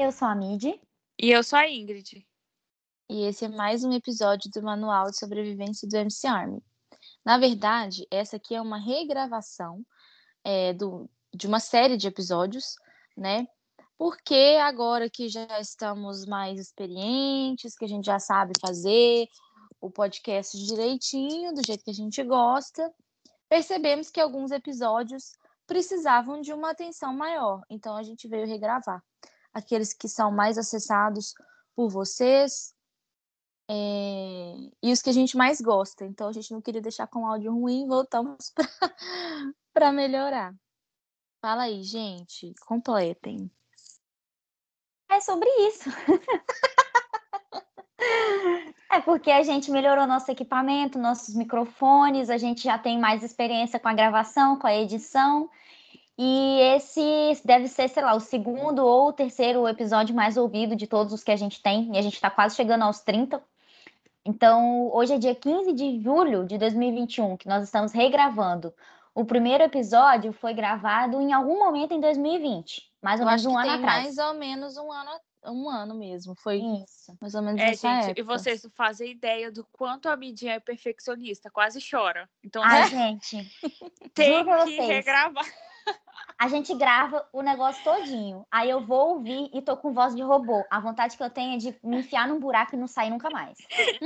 Eu sou a Midi. E eu sou a Ingrid. E esse é mais um episódio do Manual de Sobrevivência do MC Army. Na verdade, essa aqui é uma regravação de uma série de episódios, né? Porque agora que já estamos mais experientes, que a gente já sabe fazer o podcast direitinho, do jeito que a gente gosta, percebemos que alguns episódios precisavam de uma atenção maior. Então, a gente veio regravar. Aqueles que são mais acessados por vocês e os que a gente mais gosta. Então, a gente não queria deixar com áudio ruim, voltamos para melhorar. Fala aí, gente. Completem. É sobre isso. É porque a gente melhorou nosso equipamento, nossos microfones, a gente já tem mais experiência com a gravação, com a edição. E esse deve ser, sei lá, o segundo ou o terceiro episódio mais ouvido de todos os que a gente tem. E a gente tá quase chegando aos 30. Então, hoje é dia 15 de julho de 2021, que nós estamos regravando. O primeiro episódio foi gravado em algum momento em 2020, mais ou menos um ano atrás. Mais ou menos um ano mesmo. Foi isso. Mais ou menos nessa época. E vocês não fazem ideia do quanto a Midinha é perfeccionista, quase chora. Então, gente, tem que regravar. A gente grava o negócio todinho. Aí eu vou ouvir e tô com voz de robô. A vontade que eu tenho é de me enfiar num buraco e não sair nunca mais.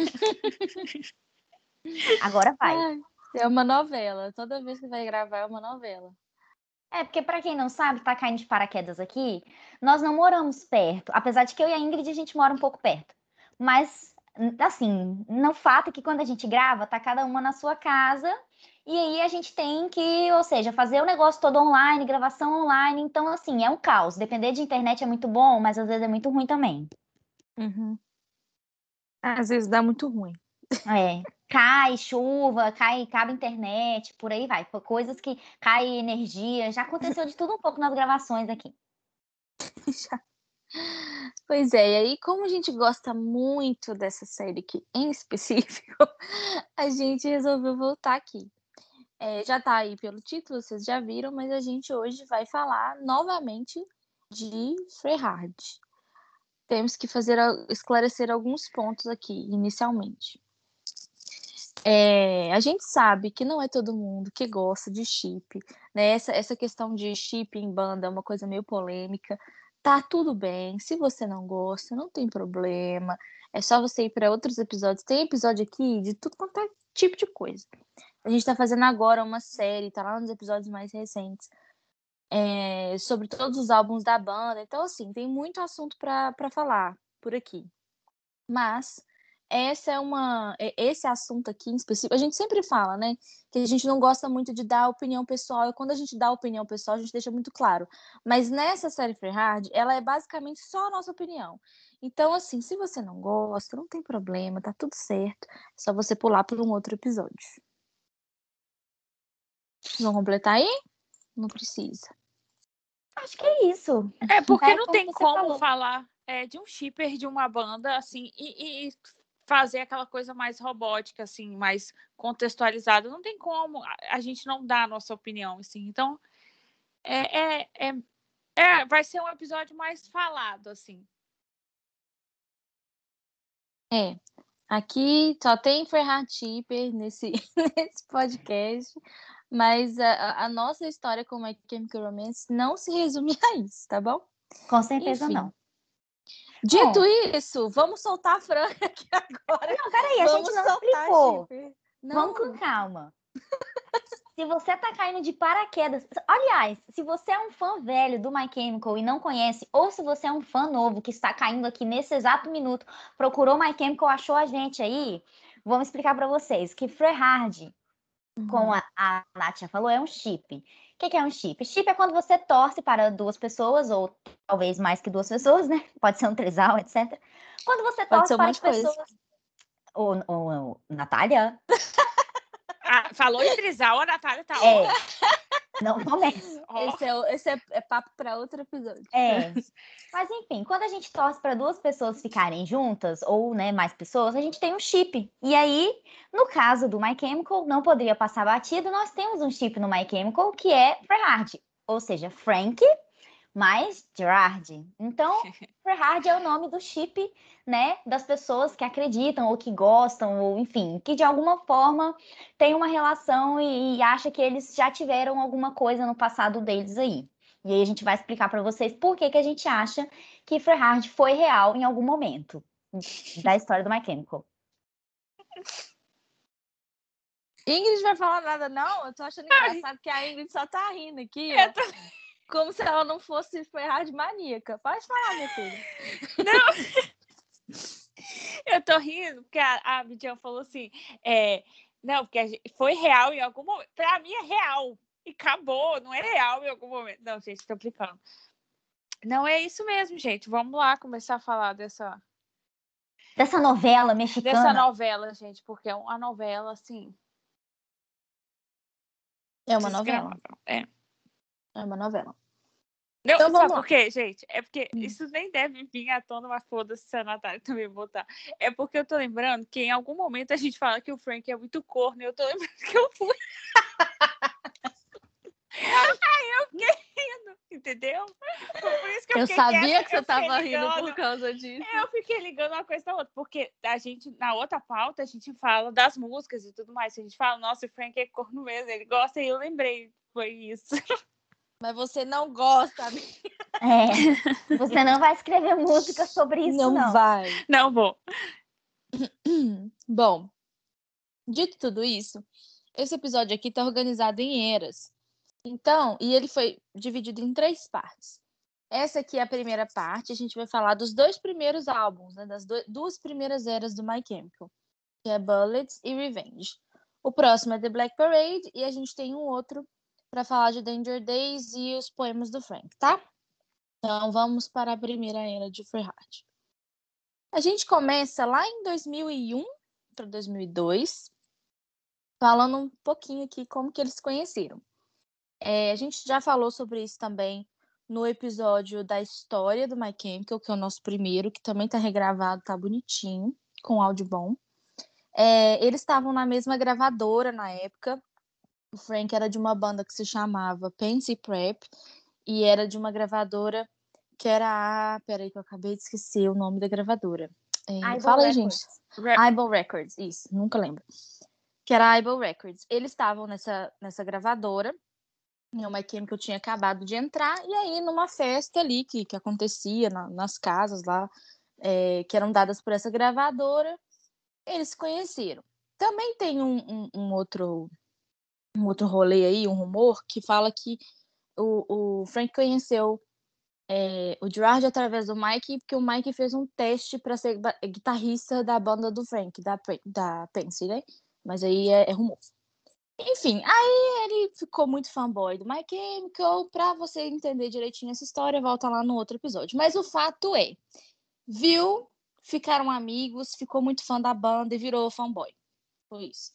Agora vai. É uma novela. Toda vez que vai gravar é uma novela. Porque pra quem não sabe, tá caindo de paraquedas aqui, nós não moramos perto. Apesar de que eu e a Ingrid, a gente mora um pouco perto. Mas, assim, no fato é que quando a gente grava, tá cada uma na sua casa. E aí a gente tem que, ou seja, fazer o negócio todo online, gravação online. Então, assim, é um caos. Depender de internet é muito bom, mas às vezes é muito ruim também. Uhum. Às vezes dá muito ruim. Cai chuva, acaba internet, por aí vai. Coisas que cai energia. Já aconteceu de tudo um pouco nas gravações aqui. Pois é, e aí como a gente gosta muito dessa série aqui em específico, a gente resolveu voltar aqui. Já tá aí pelo título, vocês já viram, mas a gente hoje vai falar novamente de Freyhard. Temos que esclarecer alguns pontos aqui, inicialmente. A gente sabe que não é todo mundo que gosta de chip, né? Essa questão de chip em banda é uma coisa meio polêmica. Tá tudo bem, se você não gosta, não tem problema. É só você ir para outros episódios. Tem episódio aqui de tudo quanto é tipo de coisa. A gente tá fazendo agora uma série, tá lá nos episódios mais recentes, sobre todos os álbuns da banda. Então, assim, tem muito assunto para falar por aqui. Mas esse assunto aqui em específico, a gente sempre fala, né, que a gente não gosta muito de dar opinião pessoal, e quando a gente dá opinião pessoal, a gente deixa muito claro. Mas nessa série Freyhard, ela é basicamente só a nossa opinião. Então, assim, se você não gosta, não tem problema, tá tudo certo. É só você pular para um outro episódio. Vão completar aí? Não precisa. Acho que é isso. Porque não tem como falar de um shipper de uma banda, assim, e fazer aquela coisa mais robótica, assim, mais contextualizada. Não tem como a gente não dar a nossa opinião, assim. Então, vai ser um episódio mais falado, assim. Aqui só tem Freyhard shipper nesse podcast, mas a nossa história com My Chemical Romance não se resume a isso, tá bom? Com certeza. Enfim. Não. Dito isso, vamos soltar a Franca aqui agora. Não, peraí, a gente não explicou. Vamos com calma. Se você tá caindo de paraquedas... Aliás, se você é um fã velho do My Chemical e não conhece, ou se você é um fã novo que está caindo aqui nesse exato minuto, procurou My Chemical, achou a gente aí, vamos explicar para vocês que Freyhard, como a Nath já falou, é um chip. O que é um chip? Chip é quando você torce para duas pessoas, ou talvez mais que duas pessoas, né? Pode ser um trisal, etc. Quando você torce para pessoas... Ou Natália... Falou em trisal, a Natália tá Não começa. Esse é papo para outro episódio. Mas enfim, quando a gente torce para duas pessoas ficarem juntas, ou mais pessoas, a gente tem um chip. E aí, no caso do My Chemical, não poderia passar batido, nós temos um chip no My Chemical que é Freyhard. Ou seja, Frank, mais Gerard. Então, Gerard é o nome do chip, né, das pessoas que acreditam ou que gostam, ou enfim, que de alguma forma tem uma relação e acha que eles já tiveram alguma coisa no passado deles aí. E aí a gente vai explicar para vocês por que a gente acha que Gerard foi real em algum momento da história do My Chemical. Ingrid vai falar nada, não? Eu tô achando engraçado que a Ingrid só tá rindo aqui, ó. Como se ela não fosse Gerard maníaca. Pode falar, minha filha. Não! Eu tô rindo, porque a Midian falou assim, não, porque foi real em algum momento. Pra mim é real. E acabou, não é real em algum momento. Não, gente, tô brincando. Não é isso mesmo, gente. Vamos lá começar a falar dessa novela mexicana. Dessa novela, gente, porque é uma novela, assim... É uma novela. É uma novela. Não, então, sabe por quê, gente? É porque isso nem deve vir à tona, mas foda-se se a Natália também botar. É porque eu tô lembrando que em algum momento a gente fala que o Frank é muito corno, e eu tô lembrando que eu fui. Aí eu fiquei rindo, entendeu? Por isso que eu sabia que você tava rindo por causa disso. Eu fiquei ligando uma coisa na outra, porque a gente, na outra pauta, a gente fala das músicas e tudo mais. A gente fala, nossa, o Frank é corno mesmo, ele gosta, e eu lembrei, foi isso. Mas você não gosta, amiga. Você não vai escrever música sobre isso, não. Não vai. Não vou. Bom, dito tudo isso, esse episódio aqui tá organizado em eras. Então, e ele foi dividido em 3 partes. Essa aqui é a primeira parte, a gente vai falar dos 2 primeiros álbuns, né, das 2 primeiras eras do My Chemical, que é Bullets e Revenge. O próximo é The Black Parade e a gente tem um outro para falar de Danger Days e os poemas do Frank, tá? Então, vamos para a primeira era de Gerard. A gente começa lá em 2001 para 2002, falando um pouquinho aqui como que eles se conheceram. A gente já falou sobre isso também no episódio da história do My Chemical, que é o nosso primeiro, que também tá regravado, tá bonitinho, com áudio bom. Eles estavam na mesma gravadora na época. O Frank era de uma banda que se chamava Pansy Prep e era de uma gravadora que era peraí que eu acabei de esquecer o nome da gravadora. Fala aí, gente. Eyeball Records, isso, nunca lembro. Que era a Eyeball Records. Eles estavam nessa gravadora. O My Chemical tinha acabado de entrar, e aí numa festa ali que acontecia nas casas lá, que eram dadas por essa gravadora, eles se conheceram. Também tem um outro rolê aí, um rumor, que fala que o Frank conheceu o Gerard através do Mike, porque o Mike fez um teste para ser guitarrista da banda do Frank, da Pansy, né? Mas aí é rumor. Enfim, aí ele ficou muito fanboy do My Chemical. Pra você entender direitinho essa história, volta lá no outro episódio. Mas o fato viu, ficaram amigos, ficou muito fã da banda e virou fanboy. Foi isso.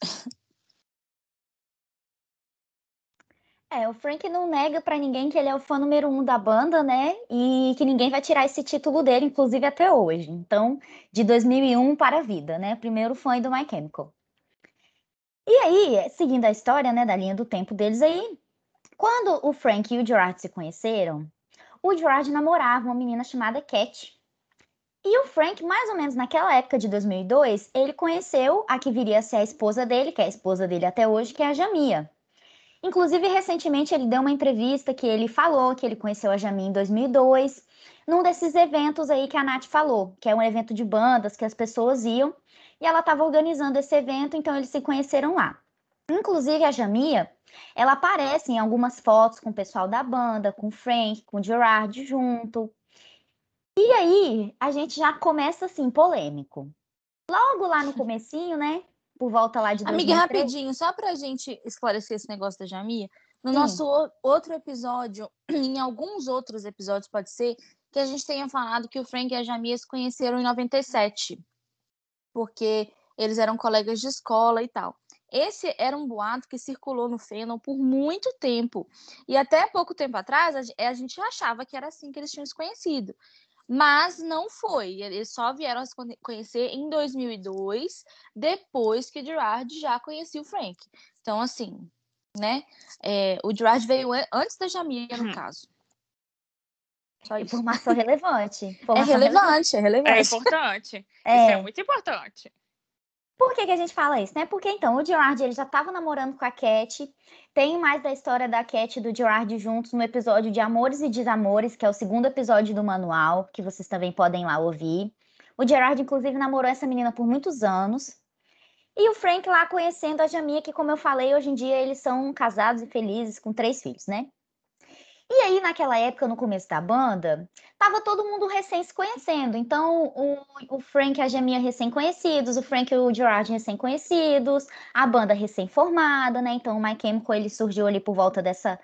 O Frank não nega pra ninguém que ele é o fã número 1 da banda, né? E que ninguém vai tirar esse título dele, inclusive até hoje. Então, de 2001 para a vida, né? Primeiro fã do My Chemical. E aí, seguindo a história, né, da linha do tempo deles aí, quando o Frank e o Gerard se conheceram, o Gerard namorava uma menina chamada Cat. E o Frank, mais ou menos naquela época de 2002, ele conheceu a que viria a ser a esposa dele, que é a esposa dele até hoje, que é a Jamia. Inclusive, recentemente ele deu uma entrevista que ele falou que ele conheceu a Jamia em 2002, num desses eventos aí que a Nath falou, que é um evento de bandas que as pessoas iam, e ela estava organizando esse evento, então eles se conheceram lá. Inclusive, a Jamia, ela aparece em algumas fotos com o pessoal da banda, com o Frank, com o Gerard junto. E aí, a gente já começa assim, polêmico. Logo lá no comecinho, né? Por volta lá de 2003. Amiga, rapidinho, só pra gente esclarecer esse negócio da Jamia, no nosso outro episódio, em alguns outros episódios pode ser, que a gente tenha falado que o Frank e a Jamia se conheceram em 97, porque eles eram colegas de escola e tal. Esse era um boato que circulou no fandom por muito tempo. E até pouco tempo atrás, a gente achava que era assim que eles tinham se conhecido. Mas não foi. Eles só vieram a se conhecer em 2002, depois que o Gerard já conhecia o Frank. Então, assim, né? O Gerard veio antes da Jamia, no caso. Só isso. Informação relevante. É relevante. É importante. Isso é muito importante. Por que a gente fala isso, né? Porque, então, o Gerard, ele já estava namorando com a Cat. Tem mais da história da Cat e do Gerard juntos no episódio de Amores e Desamores, que é o segundo episódio do manual, que vocês também podem lá ouvir. O Gerard, inclusive, namorou essa menina por muitos anos. E o Frank lá conhecendo a Jamia, que, como eu falei, hoje em dia eles são casados e felizes com 3 filhos, né? E aí, naquela época, no começo da banda, tava todo mundo recém se conhecendo. Então, o Frank e a Jamia recém-conhecidos, o Frank e o Gerard recém-conhecidos, a banda recém-formada, né? Então, o My Chemical, ele surgiu ali por volta dessa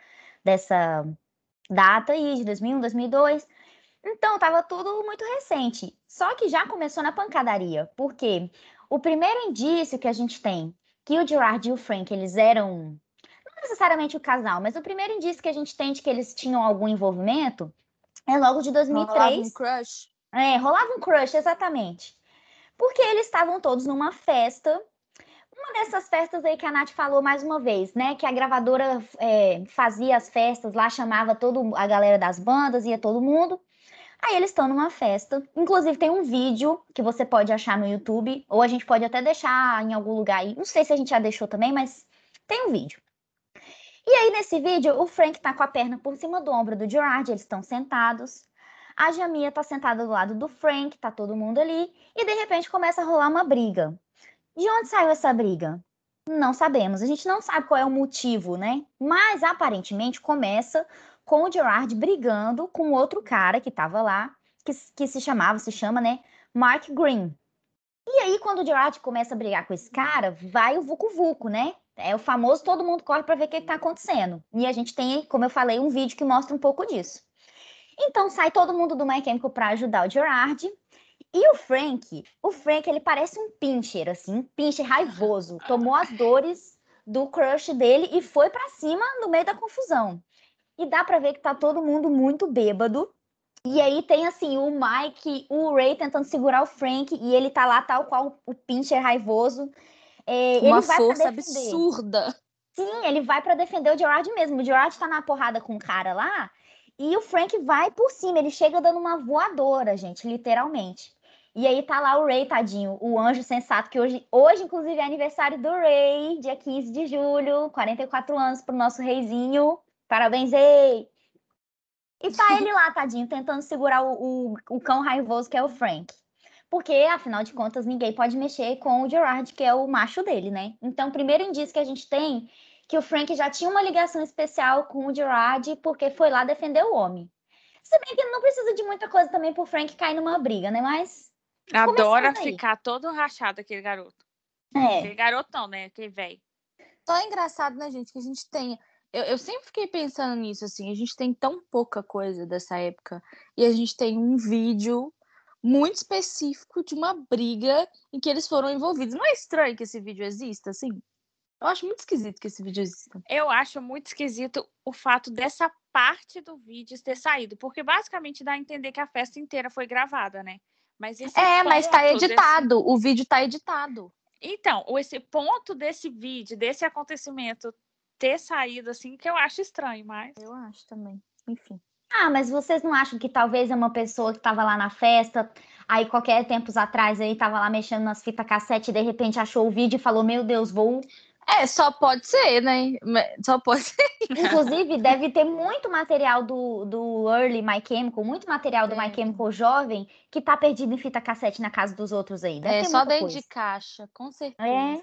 data aí, de 2001, 2002. Então, tava tudo muito recente. Só que já começou na pancadaria, porque o primeiro indício que a gente tem que o Gerard e o Frank, eles eram não necessariamente o casal, mas o primeiro indício que a gente tem de que eles tinham algum envolvimento é logo de 2003. Rolava um crush? Rolava um crush, exatamente. Porque eles estavam todos numa festa. Uma dessas festas aí que a Nath falou mais uma vez, né? Que a gravadora fazia as festas lá, chamava toda a galera das bandas, ia todo mundo. Aí eles estão numa festa. Inclusive tem um vídeo que você pode achar no YouTube, ou a gente pode até deixar em algum lugar aí. Não sei se a gente já deixou também, mas tem um vídeo. E aí, nesse vídeo, o Frank tá com a perna por cima do ombro do Gerard, eles estão sentados. A Jamia tá sentada do lado do Frank, tá todo mundo ali. E de repente começa a rolar uma briga. De onde saiu essa briga? Não sabemos. A gente não sabe qual é o motivo, né? Mas aparentemente começa com o Gerard brigando com outro cara que tava lá, que se chama, né? Mark Green. E aí, quando o Gerard começa a brigar com esse cara, vai o vucu-vucu, né? É o famoso todo mundo corre para ver o que está acontecendo. E a gente tem, como eu falei, um vídeo que mostra um pouco disso. Então sai todo mundo do My Chemical para ajudar o Gerard. E o Frank, ele parece um pincher, assim, um pincher raivoso. Tomou as dores do crush dele e foi para cima no meio da confusão. E dá para ver que tá todo mundo muito bêbado. E aí tem assim o Mike, o Ray tentando segurar o Frank e ele tá lá tal qual o pincher raivoso. Uma Ele vai força pra defender. absurda. Sim, ele vai pra defender o Gerard mesmo. O Gerard tá na porrada com o cara lá e o Frank vai por cima. Ele chega dando uma voadora, gente, literalmente. E aí tá lá o Ray, tadinho, o anjo sensato, que hoje inclusive é aniversário do Ray, dia 15 de julho, 44 anos pro nosso reizinho. Parabéns, Ray! E tá ele lá, tadinho, tentando segurar o cão raivoso que é o Frank. Porque, afinal de contas, ninguém pode mexer com o Gerard, que é o macho dele, né? Então, o primeiro indício que a gente tem que o Frank já tinha uma ligação especial com o Gerard porque foi lá defender o homem. Se bem que não precisa de muita coisa também pro Frank cair numa briga, né? Mas adora ficar todo rachado aquele garoto. Aquele garotão, né? Aquele velho. Só é engraçado, né, gente, que a gente tem... Eu sempre fiquei pensando nisso, assim, a gente tem tão pouca coisa dessa época e a gente tem um vídeo muito específico de uma briga em que eles foram envolvidos. Não é estranho que esse vídeo exista, assim? Eu acho muito esquisito que esse vídeo exista. Eu acho muito esquisito o fato dessa parte do vídeo ter saído, porque basicamente dá a entender que a festa inteira foi gravada, né? Mas mas tá editado, o vídeo tá editado. Então, esse ponto desse vídeo, desse acontecimento ter saído assim, que eu acho estranho, mas... Eu acho também, enfim. Mas vocês não acham que talvez é uma pessoa que tava lá na festa, aí qualquer tempos atrás aí tava lá mexendo nas fitas cassete e de repente achou o vídeo e falou, meu Deus, vou... Só pode ser, né? Só pode ser. Inclusive, deve ter muito material do Early My Chemical, muito material do My Chemical jovem que tá perdido em fita cassete na casa dos outros aí. Deve ter só muita dentro coisa. de caixa, com certeza.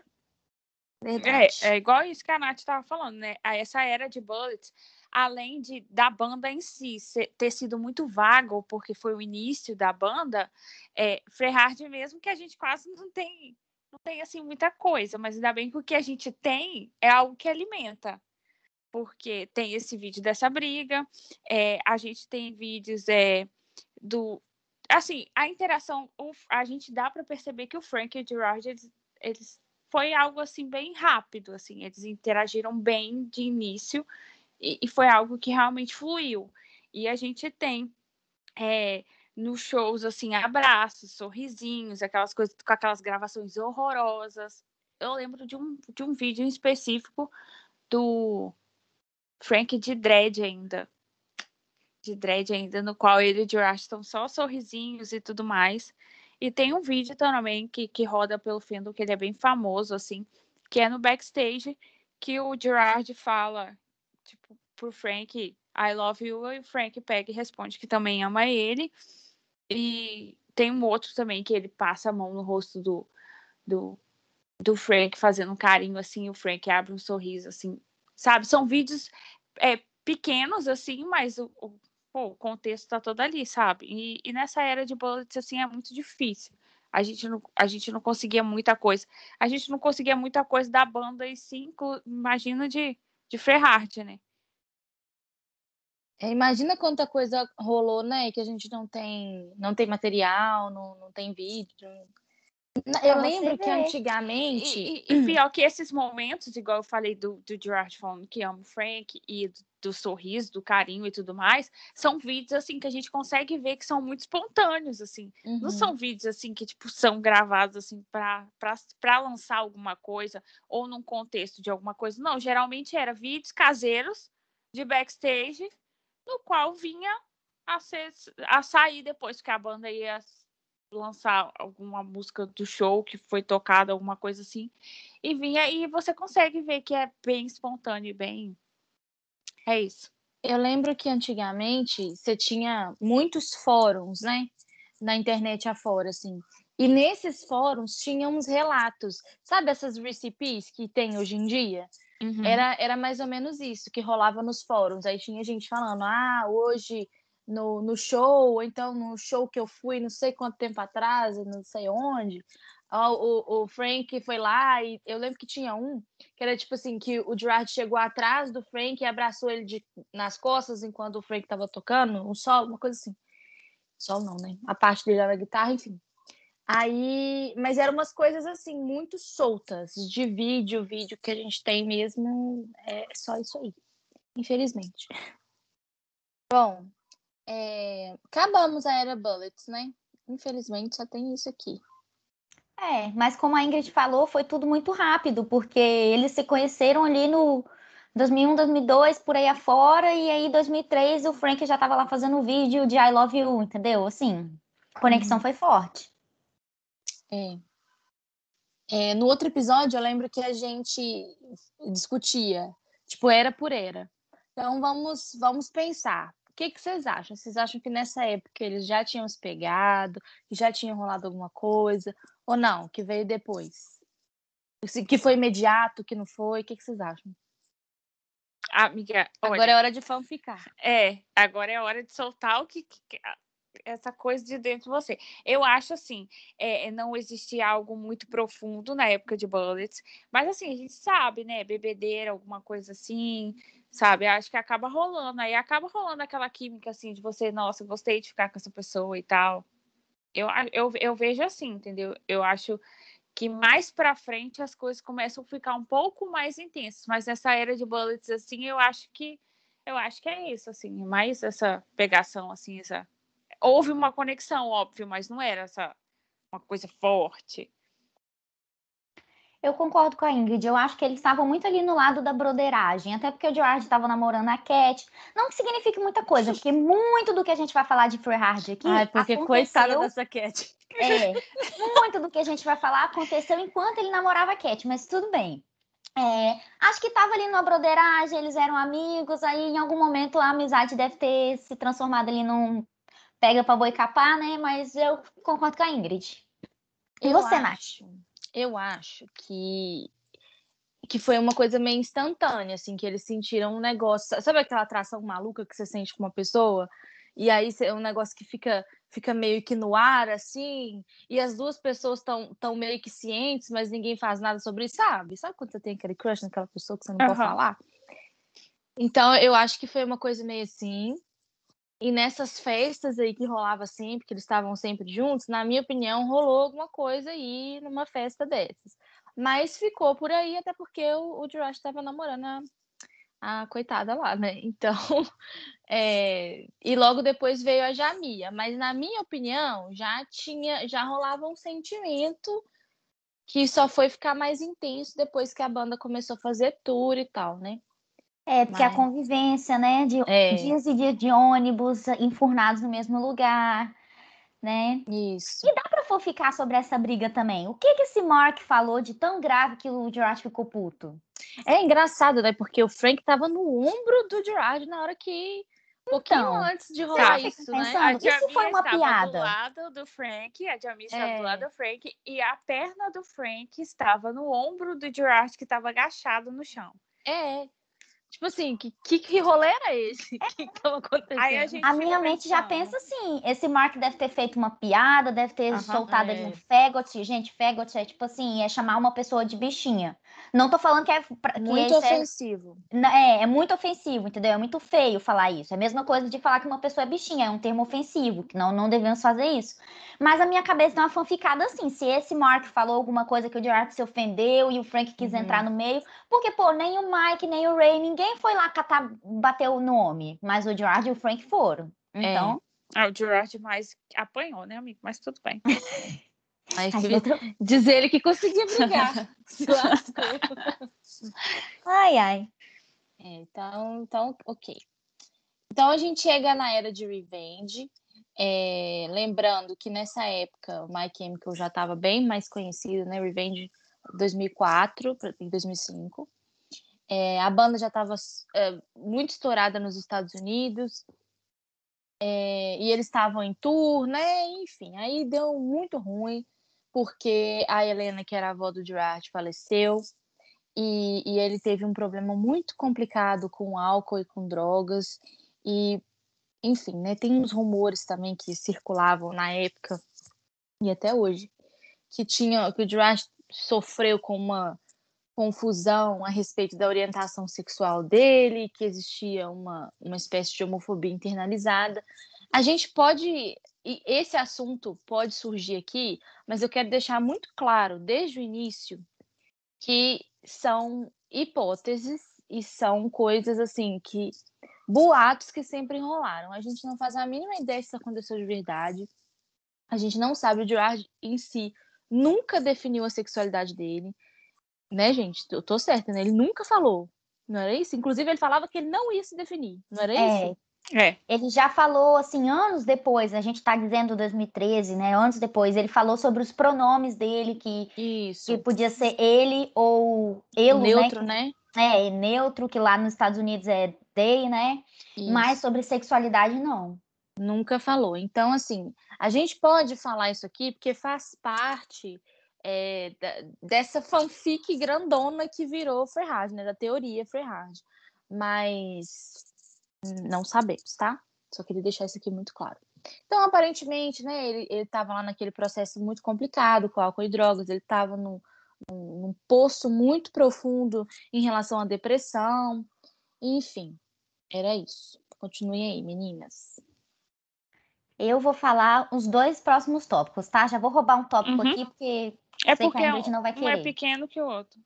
É igual isso que a Nath estava falando, né? Essa era de Bullets, além da banda em si ter sido muito vago, porque foi o início da banda, Freyhard mesmo, que a gente quase não tem assim muita coisa, mas ainda bem que o que a gente tem é algo que alimenta. Porque tem esse vídeo dessa briga, a gente tem vídeos do... Assim, a interação, a gente dá para perceber que o Frank e o Gerard, eles foi algo assim bem rápido, assim, eles interagiram bem de início e foi algo que realmente fluiu. E a gente tem nos shows assim abraços, sorrisinhos, aquelas coisas com aquelas gravações horrorosas. Eu lembro de um vídeo em específico do Frank de dread ainda. dread ainda, no qual ele e o Gerard estão só sorrisinhos e tudo mais. E tem um vídeo também que roda pelo fandom, que ele é bem famoso, assim, que é no backstage, que o Gerard fala, tipo, pro Frank, I love you, e o Frank pega e responde que também ama ele. E tem um outro também, que ele passa a mão no rosto do Frank, fazendo um carinho, assim, o Frank abre um sorriso, assim, sabe? São vídeos pequenos, assim, mas o contexto tá todo ali, sabe? E nessa era de Bullets, assim, é muito difícil. A gente não conseguia muita coisa. A gente não conseguia muita coisa da banda, e sim, imagina de Freyheart, né? Imagina quanta coisa rolou, né? Que a gente não tem material, não tem vídeo. Eu lembro que antigamente. E pior que esses momentos, igual eu falei do Gerard falando que ama o Frank, e do sorriso, do carinho e tudo mais, são vídeos assim que a gente consegue ver que são muito espontâneos, assim. Não são vídeos assim que tipo são gravados assim para lançar alguma coisa ou num contexto de alguma coisa. Não, geralmente era vídeos caseiros de backstage, no qual vinha a sair depois que a banda ia lançar alguma música do show que foi tocada, alguma coisa assim, e vinha, e você consegue ver que é bem espontâneo, bem... É isso. Eu lembro que antigamente você tinha muitos fóruns, né? Na internet afora, assim. E nesses fóruns tinham uns relatos. Sabe essas recipes que tem hoje em dia? Era mais ou menos isso que rolava nos fóruns. Aí tinha gente falando, hoje no show, ou então no show que eu fui não sei quanto tempo atrás, não sei onde, o Frank foi lá, e eu lembro que tinha um que era tipo assim, que o Gerard chegou atrás do Frank e abraçou ele nas costas enquanto o Frank estava tocando um solo, uma coisa assim. Solo não, né? A parte dele era a guitarra, enfim. Aí, mas eram umas coisas assim, muito soltas, de vídeo que a gente tem mesmo, é só isso aí, infelizmente. Bom, acabamos a era Bullets, né? Infelizmente só tem isso aqui. Mas como a Ingrid falou, foi tudo muito rápido, porque eles se conheceram ali no 2001, 2002, por aí afora, e aí em 2003 o Frank já estava lá fazendo o vídeo de I Love You, entendeu? Assim, a conexão foi forte. No outro episódio, eu lembro que a gente discutia, tipo, era por era. Então, vamos pensar. O que vocês acham? Vocês acham que nessa época eles já tinham se pegado, que já tinha rolado alguma coisa, ou não, que veio depois? Que foi imediato, que não foi? O que vocês acham? Amiga, olha, agora é hora de fanficar. Agora é hora de soltar o que essa coisa de dentro de você. Eu acho assim, não existia algo muito profundo na época de Bullets, mas assim, a gente sabe, né, bebedeira, alguma coisa assim, sabe? Acho que acaba rolando, aí acaba rolando aquela química assim de você, nossa, gostei de ficar com essa pessoa e tal. Eu vejo assim, entendeu? Eu acho que mais pra frente as coisas começam a ficar um pouco mais intensas, mas nessa era de Bullets, assim, eu acho que é isso, assim, mais essa pegação, assim, houve uma conexão, óbvio, mas não era uma coisa forte. Eu concordo com a Ingrid, eu acho que eles estavam muito ali no lado da broderagem, até porque o Gerard estava namorando a Cat. Não que signifique muita coisa, porque muito do que a gente vai falar de Freyheart aqui porque aconteceu... coitada dessa Cat. Muito do que a gente vai falar aconteceu enquanto ele namorava a Cat, mas tudo bem. Acho que estava ali numa broderagem, eles eram amigos, aí em algum momento a amizade deve ter se transformado ali num pega pra boi capar, né? Mas eu concordo com a Ingrid. E você, Nath? Eu acho que foi uma coisa meio instantânea, assim, que eles sentiram um negócio. Sabe aquela atração maluca que você sente com uma pessoa? E aí é um negócio que fica meio que no ar, assim, e as duas pessoas estão meio que cientes, mas ninguém faz nada sobre isso, sabe? Sabe quando você tem aquele crush naquela pessoa que você não pode falar? Então, eu acho que foi uma coisa meio assim. E nessas festas aí que rolava sempre, que eles estavam sempre juntos, na minha opinião, rolou alguma coisa aí numa festa dessas. Mas ficou por aí, até porque o Jurash estava namorando a coitada lá, né? Então, e logo depois veio a Jamia. Mas na minha opinião, já rolava um sentimento que só foi ficar mais intenso depois que a banda começou a fazer tour e tal, né? Porque a convivência, né? Dias e dias de ônibus enfurnados no mesmo lugar, né? Isso. E dá pra foficar sobre essa briga também. O que esse Mark falou de tão grave que o Gerard ficou puto? É engraçado, né? Porque o Frank tava no ombro do Gerard na hora que... pouquinho antes de rolar isso, né? Pensando, isso foi uma piada. Do lado do Frank, a Jamie estava do lado do Frank, e a perna do Frank estava no ombro do Gerard, que estava agachado no chão. Tipo assim, que rolê era esse? O que tava acontecendo? Aí a minha mente já pensa assim, esse Mark deve ter feito uma piada, deve ter soltado ali um faggot. Gente, faggot é tipo assim, é chamar uma pessoa de bichinha. Não tô falando que é... muito ofensivo. É muito ofensivo, entendeu? É muito feio falar isso. É a mesma coisa de falar que uma pessoa é bichinha, é um termo ofensivo, que não devemos fazer isso. Mas a minha cabeça dá uma fanficada assim, se esse Mark falou alguma coisa que o Gerard se ofendeu e o Frank quis entrar no meio, porque, pô, nem o Mike, nem o Ray, ninguém foi lá bateu no homem, mas o Gerard e o Frank foram. Então... o Gerard mais apanhou, né, amigo? Mas tudo bem. Diz ele que conseguia brigar. Se lascou. Ai. Então, ok. Então a gente chega na era de Revenge. Lembrando que nessa época o My Chemical já estava bem mais conhecido, né? Revenge 2004 e 2005. A banda já estava muito estourada nos Estados Unidos. E eles estavam em tour, né? Enfim, aí deu muito ruim, porque a Helena, que era a avó do Gerard, faleceu. E ele teve um problema muito complicado com álcool e com drogas. E, enfim, né? Tem uns rumores também que circulavam na época e até hoje, que o Gerard sofreu com uma confusão a respeito da orientação sexual dele, que existia uma espécie de homofobia internalizada. A gente pode... E esse assunto pode surgir aqui, mas eu quero deixar muito claro, desde o início, que são hipóteses e são coisas assim, boatos que sempre enrolaram. A gente não faz a mínima ideia se isso aconteceu de verdade. A gente não sabe, o Gerard em si nunca definiu a sexualidade dele. Né, gente? Eu tô certa, né? Ele nunca falou. Não era isso? Inclusive, ele falava que ele não ia se definir. Não era isso? Ele já falou, assim, anos depois, a gente tá dizendo 2013, né? Anos depois, ele falou sobre os pronomes dele, que podia ser ele ou elo, neutro, né? Neutro, que lá nos Estados Unidos é they, né? Isso. Mas sobre sexualidade, não. Nunca falou. Então, assim, a gente pode falar isso aqui porque faz parte dessa fanfic grandona que virou Freyhard, né? Da teoria Freyhard. Mas não sabemos, tá? Só queria deixar isso aqui muito claro. Então, aparentemente, né, ele estava lá naquele processo muito complicado com álcool e drogas, ele estava num poço muito profundo em relação à depressão, enfim, era isso. Continuem aí, meninas. Eu vou falar os 2 próximos tópicos, tá? Já vou roubar um tópico aqui, porque sei que a Ingrid não vai querer. Um é pequeno que o outro.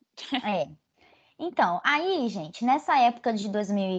Então, aí, gente, nessa época de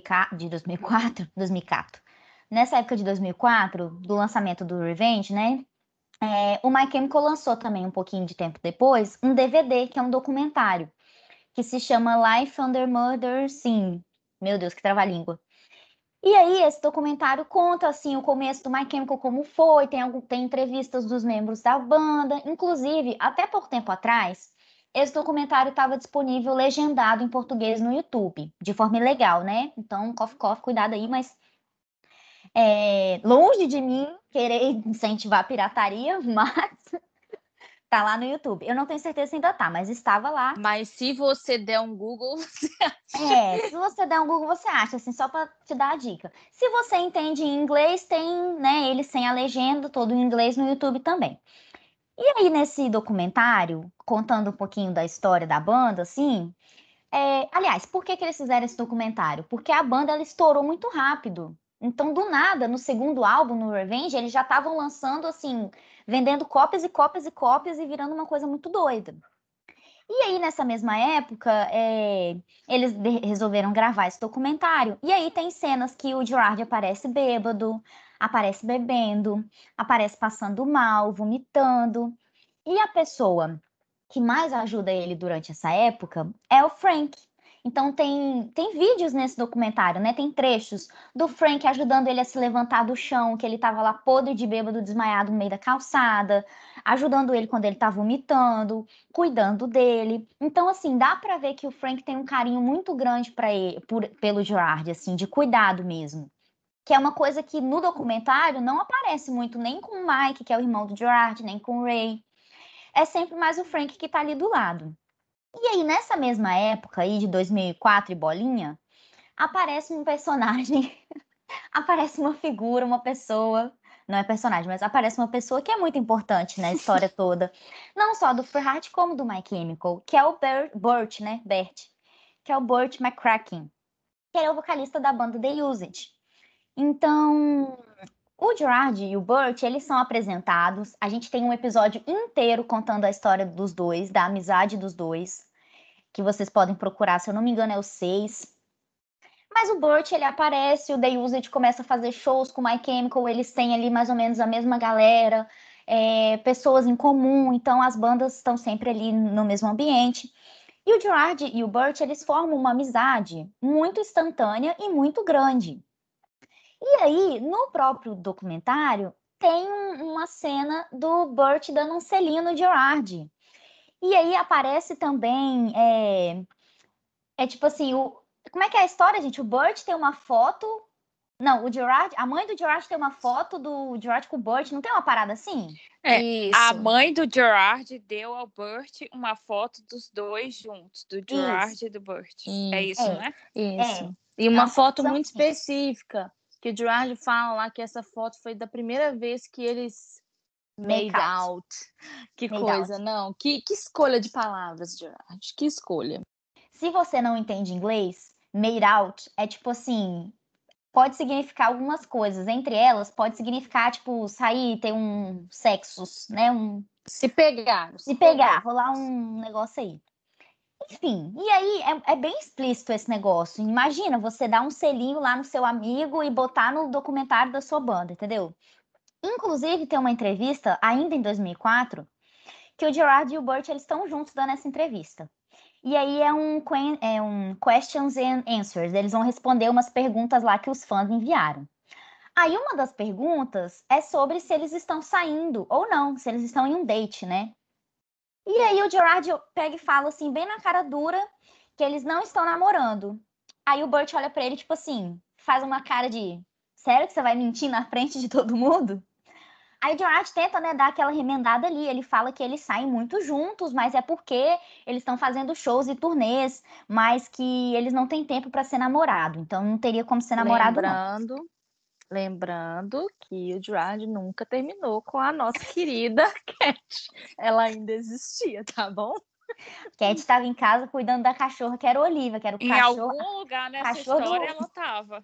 2004, nessa época de 2004, do lançamento do Revenge, né? O My Chemical lançou também, um pouquinho de tempo depois, um DVD, que é um documentário, que se chama Life Under Murder Scene. Meu Deus, que trava-língua. E aí, esse documentário conta, assim, o começo do My Chemical, como foi, tem entrevistas dos membros da banda, inclusive, até pouco tempo atrás, esse documentário estava disponível legendado em português no YouTube, de forma ilegal, né? Então, cof, cuidado aí, mas longe de mim querer incentivar a pirataria, mas tá lá no YouTube. Eu não tenho certeza se ainda tá, mas estava lá. Mas se você der um Google, você acha. Se você der um Google, você acha, assim, só para te dar a dica. Se você entende inglês, tem, né, ele sem a legenda, todo em inglês no YouTube também. E aí, nesse documentário, contando um pouquinho da história da banda, assim... aliás, por que eles fizeram esse documentário? Porque a banda, ela estourou muito rápido. Então, do nada, no segundo álbum, no Revenge, eles já estavam lançando, assim, vendendo cópias e cópias e cópias e virando uma coisa muito doida. E aí, nessa mesma época, eles resolveram gravar esse documentário. E aí tem cenas que o Gerard aparece bêbado, aparece bebendo, aparece passando mal, vomitando. E a pessoa que mais ajuda ele durante essa época é o Frank. Então tem vídeos nesse documentário, né? Tem trechos do Frank ajudando ele a se levantar do chão, que ele tava lá podre de bêbado, desmaiado no meio da calçada, ajudando ele quando ele tá vomitando, cuidando dele. Então, assim, dá pra ver que o Frank tem um carinho muito grande para ele, pelo Gerard, assim, de cuidado mesmo. Que é uma coisa que no documentário não aparece muito, nem com o Mike, que é o irmão do Gerard, nem com o Ray. É sempre mais o Frank que tá ali do lado. E aí, nessa mesma época aí, de 2004 e bolinha, aparece um personagem, aparece uma figura, uma pessoa, não é personagem, mas aparece uma pessoa que é muito importante na história toda, não só do Ferhat, como do My Chemical, que é o Bert, que é o Burt McCracken, que é o vocalista da banda The Used. Então, o Gerard e o Burt, eles são apresentados, a gente tem um episódio inteiro contando a história dos dois, da amizade dos dois, que vocês podem procurar, se eu não me engano é o 6. Mas o Burt, ele aparece, o The Used começa a fazer shows com o My Chemical, eles têm ali mais ou menos a mesma galera, pessoas em comum, então as bandas estão sempre ali no mesmo ambiente. E o Gerard e o Burt, eles formam uma amizade muito instantânea e muito grande. E aí, no próprio documentário, tem uma cena do Burt dando um selinho no Gerard. E aí aparece também, tipo assim, como é que é a história, gente? O Burt tem uma foto. Não, o Gerard, a mãe do Gerard tem uma foto do Gerard com o Burt, não tem uma parada assim? A mãe do Gerard deu ao Burt uma foto dos dois juntos, do Gerard Isso. e do Burt. É isso, né? Isso. E uma foto muito específica, que o Gerard fala lá que essa foto foi da primeira vez que eles made out. Que made coisa, out. Não. Que escolha de palavras, Gerard. Que escolha. Se você não entende inglês, made out é tipo assim, pode significar algumas coisas. Entre elas, pode significar, tipo, sair, ter um sexos, né? Se pegar. Se pegar, rolar um negócio aí. Enfim, e aí é bem explícito esse negócio. Imagina você dar um selinho lá no seu amigo e botar no documentário da sua banda, entendeu? Inclusive, tem uma entrevista, ainda em 2004, que o Gerard e o Burt, eles estão juntos dando essa entrevista. E aí é um questions and answers. Eles vão responder umas perguntas lá que os fãs enviaram. Aí uma das perguntas é sobre se eles estão saindo ou não, se eles estão em um date, né? E aí o Gerard pega e fala assim, bem na cara dura, que eles não estão namorando. Aí o Burt olha pra ele, tipo assim, faz uma cara de, sério que você vai mentir na frente de todo mundo? Aí o Gerard tenta, né, dar aquela remendada ali. Ele fala que eles saem muito juntos, mas é porque eles estão fazendo shows e turnês, mas que eles não têm tempo para ser namorado. Então não teria como ser namorado, não. Lembrando que o Gerard nunca terminou com a nossa querida Cat. Ela ainda existia, tá bom? Cat estava em casa cuidando da cachorra, que era o Olivia, que era o cachorro. Em algum lugar nessa história ela estava.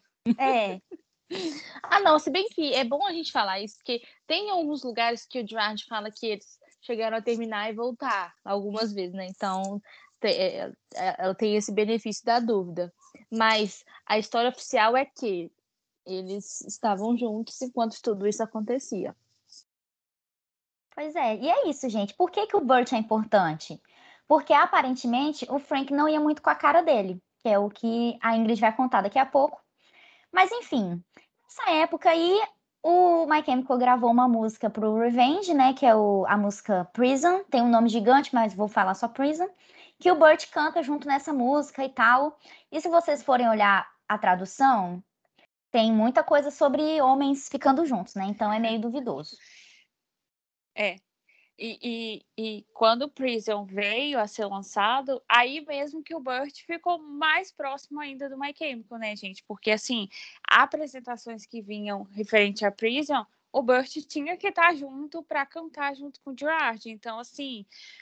Não, se bem que é bom a gente falar isso, porque tem alguns lugares que o Gerard fala que eles chegaram a terminar e voltar algumas vezes, né? Então, ela tem esse benefício da dúvida. Mas a história oficial é que eles estavam juntos enquanto tudo isso acontecia. Pois é, e é isso, gente. Por que o Burt é importante? Porque aparentemente o Frank não ia muito com a cara dele, que é o que a Ingrid vai contar daqui a pouco. Mas enfim, nessa época aí, o My Chemical gravou uma música pro Revenge, né? Que é a música Prison. Tem um nome gigante, mas vou falar só Prison. Que o Burt canta junto nessa música e tal. E se vocês forem olhar a tradução, tem muita coisa sobre homens ficando juntos, né? Então é meio duvidoso. E quando o Prison veio a ser lançado, aí mesmo que o Burt ficou mais próximo ainda do My Chemical, né, gente? Porque, assim, apresentações que vinham referente a Prison, o Burt tinha que estar junto para cantar junto com o Gerard. Então, assim,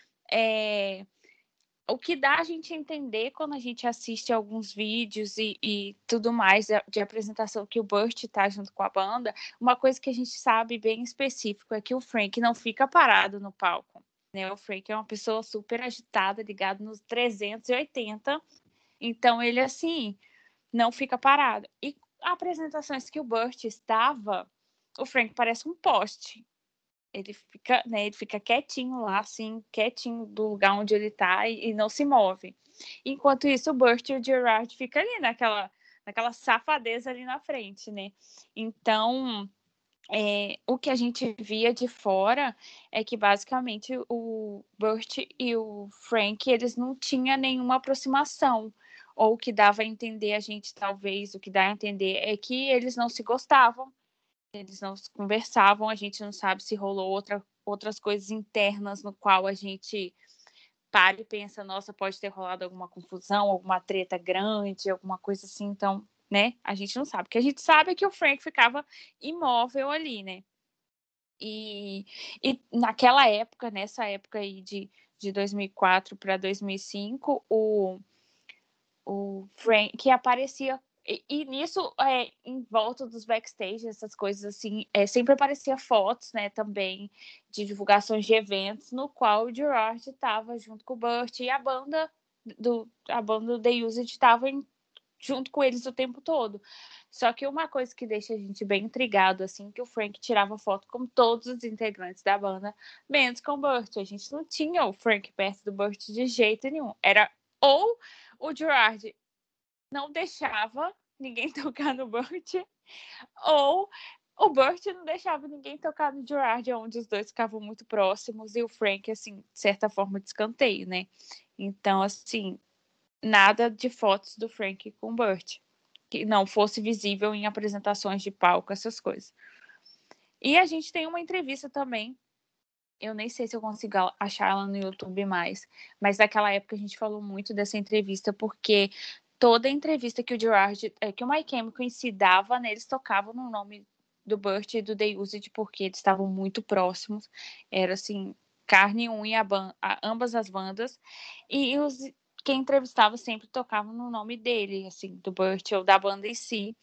o que dá a gente entender quando a gente assiste alguns vídeos e tudo mais de apresentação que o Burt tá junto com a banda, uma coisa que a gente sabe bem específico é que o Frank não fica parado no palco, né? O Frank é uma pessoa super agitada, ligado nos 380, então ele, assim, não fica parado. E apresentações que o Burt estava, o Frank parece um poste. ele fica quietinho lá, assim, quietinho do lugar onde ele tá e não se move. Enquanto isso, o Burt e o Gerard ficam ali naquela safadeza ali na frente, né? Então, o que a gente via de fora é que, basicamente, o Burt e o Frank, eles não tinham nenhuma aproximação. Ou o que dava a entender a gente, talvez, o que dá a entender é que eles não se gostavam, eles não conversavam, a gente não sabe se rolou outras coisas internas no qual a gente para e pensa, nossa, pode ter rolado alguma confusão, alguma treta grande, alguma coisa assim, então, né, a gente não sabe. O que a gente sabe é que o Frank ficava imóvel ali, né, e naquela época, nessa época aí de 2004 para 2005, o Frank que aparecia e nisso, em volta dos backstage, essas coisas assim, sempre aparecia fotos, né, também de divulgações de eventos, no qual o Gerard estava junto com o Burt e a banda do The Used estava junto com eles o tempo todo. Só que uma coisa que deixa a gente bem intrigado, assim, que o Frank tirava foto com todos os integrantes da banda, menos com o Burt. A gente não tinha o Frank perto do Burt de jeito nenhum. Era ou o Gerard não deixava ninguém tocar no Burt, ou o Burt não deixava ninguém tocar no Gerard, onde os dois ficavam muito próximos, e o Frank, assim, de certa forma, de escanteio, né? Então, assim, nada de fotos do Frank com o Burt, que não fosse visível em apresentações de palco, essas coisas. E a gente tem uma entrevista também, eu nem sei se eu consigo achar ela no YouTube mais, mas naquela época a gente falou muito dessa entrevista, porque toda entrevista que o Gerard, que o My Chemical em si dava, né, eles tocavam no nome do Burt e do The Used, porque eles estavam muito próximos, era assim, carne e unha, ambas as bandas, e quem entrevistava sempre tocava no nome dele, assim, do Burt ou da banda em si.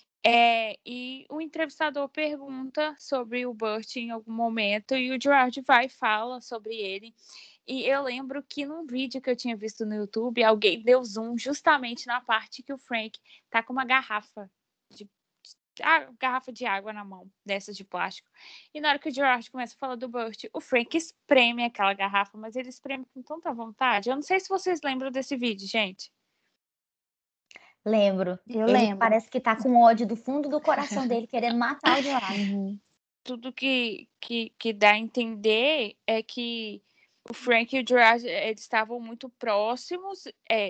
E o entrevistador pergunta sobre o Burt em algum momento e o Gerard vai e fala sobre ele. E eu lembro que num vídeo que eu tinha visto no YouTube, alguém deu zoom justamente na parte que o Frank tá com uma garrafa de água na mão, dessas de plástico. E na hora que o Gerard começa a falar do Burt, o Frank espreme aquela garrafa, mas ele espreme com tanta vontade. Eu não sei se vocês lembram desse vídeo, gente. Lembro. Eu Ele lembro. parece que tá com ódio do fundo do coração dele, querendo matar o Gerard. Uhum. Tudo que dá a entender é que o Frank e o Gerard, eles estavam muito próximos,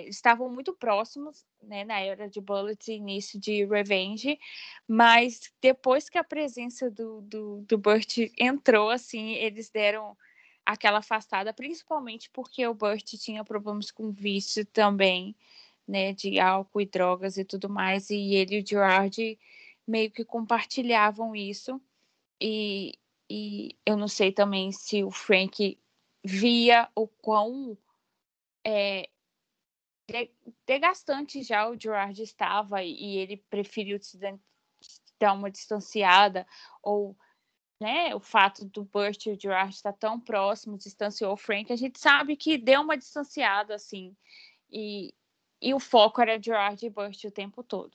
né, na era de Bullet e início de Revenge, mas depois que a presença do Burt entrou, assim, eles deram aquela afastada, principalmente porque o Burt tinha problemas com vício também, né, de álcool e drogas e tudo mais, e ele e o Gerard meio que compartilhavam isso, e eu não sei também se o Frank via o quão desgastante já o Gerard estava e ele preferiu se dar uma distanciada, ou, né, o fato do Burt e o Gerard estar tão próximos distanciou o Frank. A gente sabe que deu uma distanciada, assim, e o foco era Gerard e Burt o tempo todo.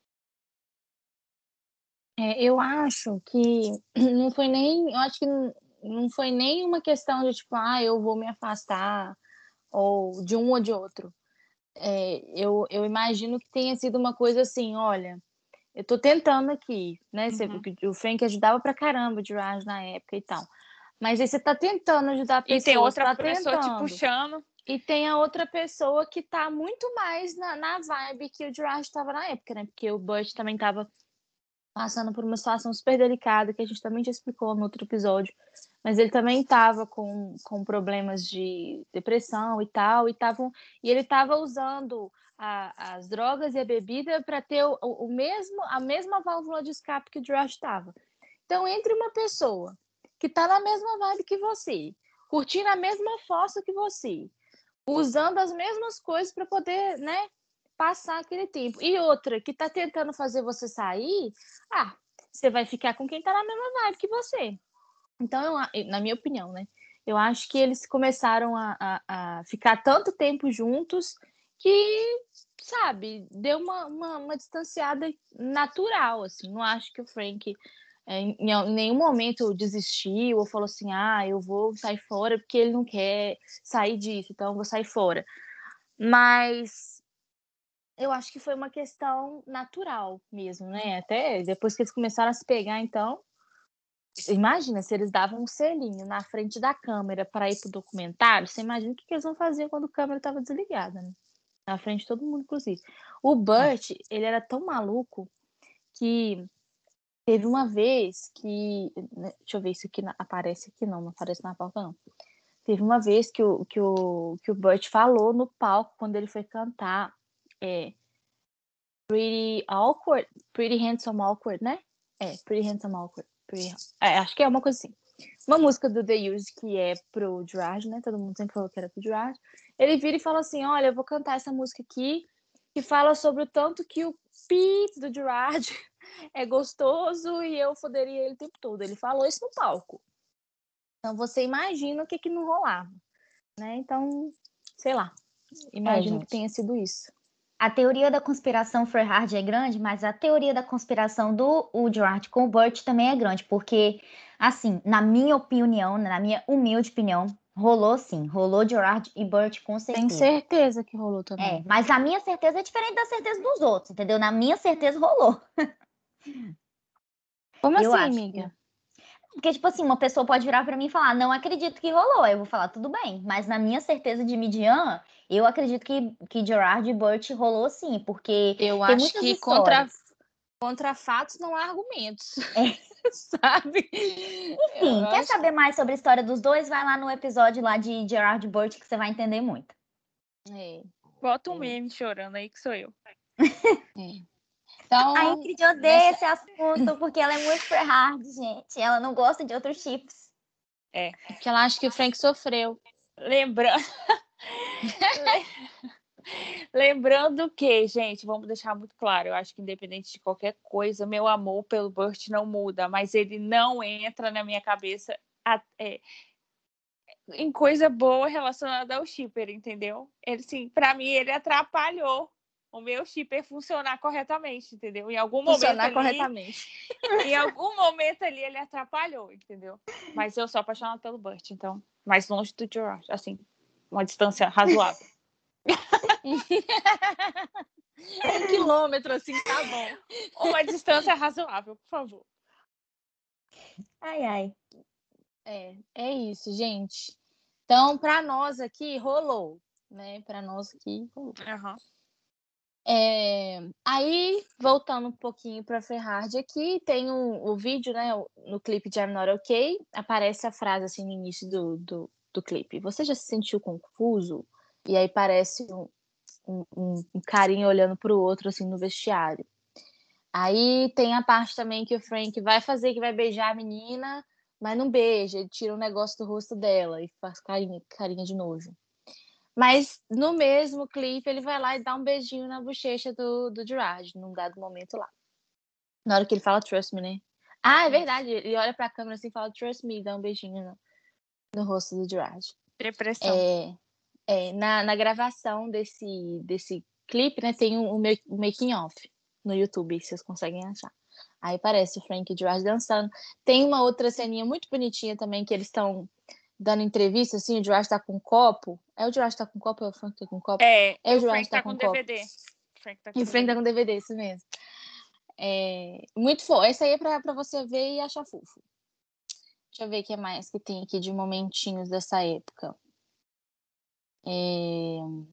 Eu acho que não foi nem, eu acho que não foi nem uma questão de tipo, eu vou me afastar ou de um ou de outro. Eu imagino que tenha sido uma coisa assim, olha, eu tô tentando aqui, né? O Frank ajudava pra caramba o Gerard na época e tal. Mas aí você tá tentando ajudar a pessoa, e tem outra tá pessoa tentando, te puxando. E tem a outra pessoa que tá muito mais na vibe que o Gerard estava na época, né? Porque o Burt também tava passando por uma situação super delicada, que a gente também já explicou no outro episódio, mas ele também estava com problemas de depressão e tal, e ele estava usando as drogas e a bebida para ter a mesma válvula de escape que o Gerard estava. Então, entre uma pessoa que está na mesma vibe que você, curtindo a mesma fossa que você, usando as mesmas coisas para poder, né, passar aquele tempo. E outra que tá tentando fazer você sair, você vai ficar com quem tá na mesma vibe que você. Então, na minha opinião, né? Eu acho que eles começaram a ficar tanto tempo juntos que, sabe, deu uma distanciada natural, assim. Não acho que o Frank em nenhum momento desistiu ou falou assim, eu vou sair fora porque ele não quer sair disso, então eu vou sair fora. Mas eu acho que foi uma questão natural mesmo, né? Até depois que eles começaram a se pegar, então, imagina se eles davam um selinho na frente da câmera para ir pro documentário, você imagina o que eles vão fazer quando a câmera estava desligada, né? Na frente de todo mundo, inclusive. O Burt, ele era tão maluco que teve uma vez que... Deixa eu ver se aqui aparece aqui. Não aparece na pauta, não. Teve uma vez que o Burt falou no palco, quando ele foi cantar Pretty Awkward, Pretty Handsome Awkward, né? Pretty Handsome Awkward. Acho que é uma coisa assim. Uma música do The Used que é pro Gerard, né? Todo mundo sempre falou que era pro Gerard. Ele vira e fala assim, olha, eu vou cantar essa música aqui, que fala sobre o tanto que o Pete do Gerard é gostoso e eu foderia ele o tempo todo. Ele falou isso no palco. Então você imagina o que não rolava, né? Então, sei lá, imagino que tenha sido isso. A teoria da conspiração Freyhard é grande, mas a teoria da conspiração do Gerard com o Burt também é grande, porque, assim, na minha opinião, na minha humilde opinião, rolou sim, rolou Gerard e Burt com certeza. Tenho certeza que rolou também. Mas a minha certeza é diferente da certeza dos outros, entendeu? Na minha certeza rolou. Como assim, amiga? Porque, tipo assim, uma pessoa pode virar pra mim e falar, não acredito que rolou. Eu vou falar, tudo bem. Mas na minha certeza de Midian, eu acredito que Gerard e Burt rolou sim, porque eu tem acho muitas que histórias. Contra fatos não há argumentos. Sabe? Enfim, quer saber mais sobre a história dos dois? Vai lá no episódio lá de Gerard e Burt que você vai entender muito. Bota um meme chorando aí que sou eu. Então, a Ingrid odeia esse assunto porque ela é muito Freyhard, gente. Ela não gosta de outros chips. Porque ela acha que o Frank sofreu. Lembrando que, gente, vamos deixar muito claro, eu acho que independente de qualquer coisa, meu amor pelo Burt não muda, mas ele não entra na minha cabeça em coisa boa relacionada ao shipper, entendeu? Ele, sim, pra mim, ele atrapalhou o meu shipper funcionar corretamente, entendeu? Em algum momento ali ele atrapalhou, entendeu? Mas eu sou apaixonada pelo Burt, então, mais longe do Gerard, assim, uma distância razoável. 1 quilômetro, assim, tá bom. Uma distância razoável, por favor. Ai. É isso, gente. Então, para nós aqui, rolou, né? Para nós aqui, rolou. Uhum. Aí, voltando um pouquinho para Freyhard aqui, tem o vídeo, né? No clipe de I'm Not Okay, aparece a frase assim no início do clipe. Você já se sentiu confuso? E aí parece um carinha olhando para o outro assim no vestiário. Aí tem a parte também que o Frank vai fazer, que vai beijar a menina, mas não beija, ele tira um negócio do rosto dela e faz carinha de nojo. Mas no mesmo clipe ele vai lá e dá um beijinho na bochecha do Gerard, num dado momento lá. Na hora que ele fala trust me, né? É verdade, ele olha pra câmera assim e fala trust me, dá um beijinho no rosto do Gerard. Depressão. Na gravação desse clipe, né, tem um making of no YouTube, vocês conseguem achar. Aí parece o Frank e o Gerard dançando. Tem uma outra ceninha muito bonitinha também, que eles estão dando entrevista, assim, o Gerard tá com um copo. É o Gerard tá com um copo ou é o Frank tá com um copo? O Frank tá com DVD. E o Frank tá com DVD, isso mesmo. Muito fofo. Essa aí é pra você ver e achar fofo. Deixa eu ver o que mais que tem aqui de momentinhos dessa época. E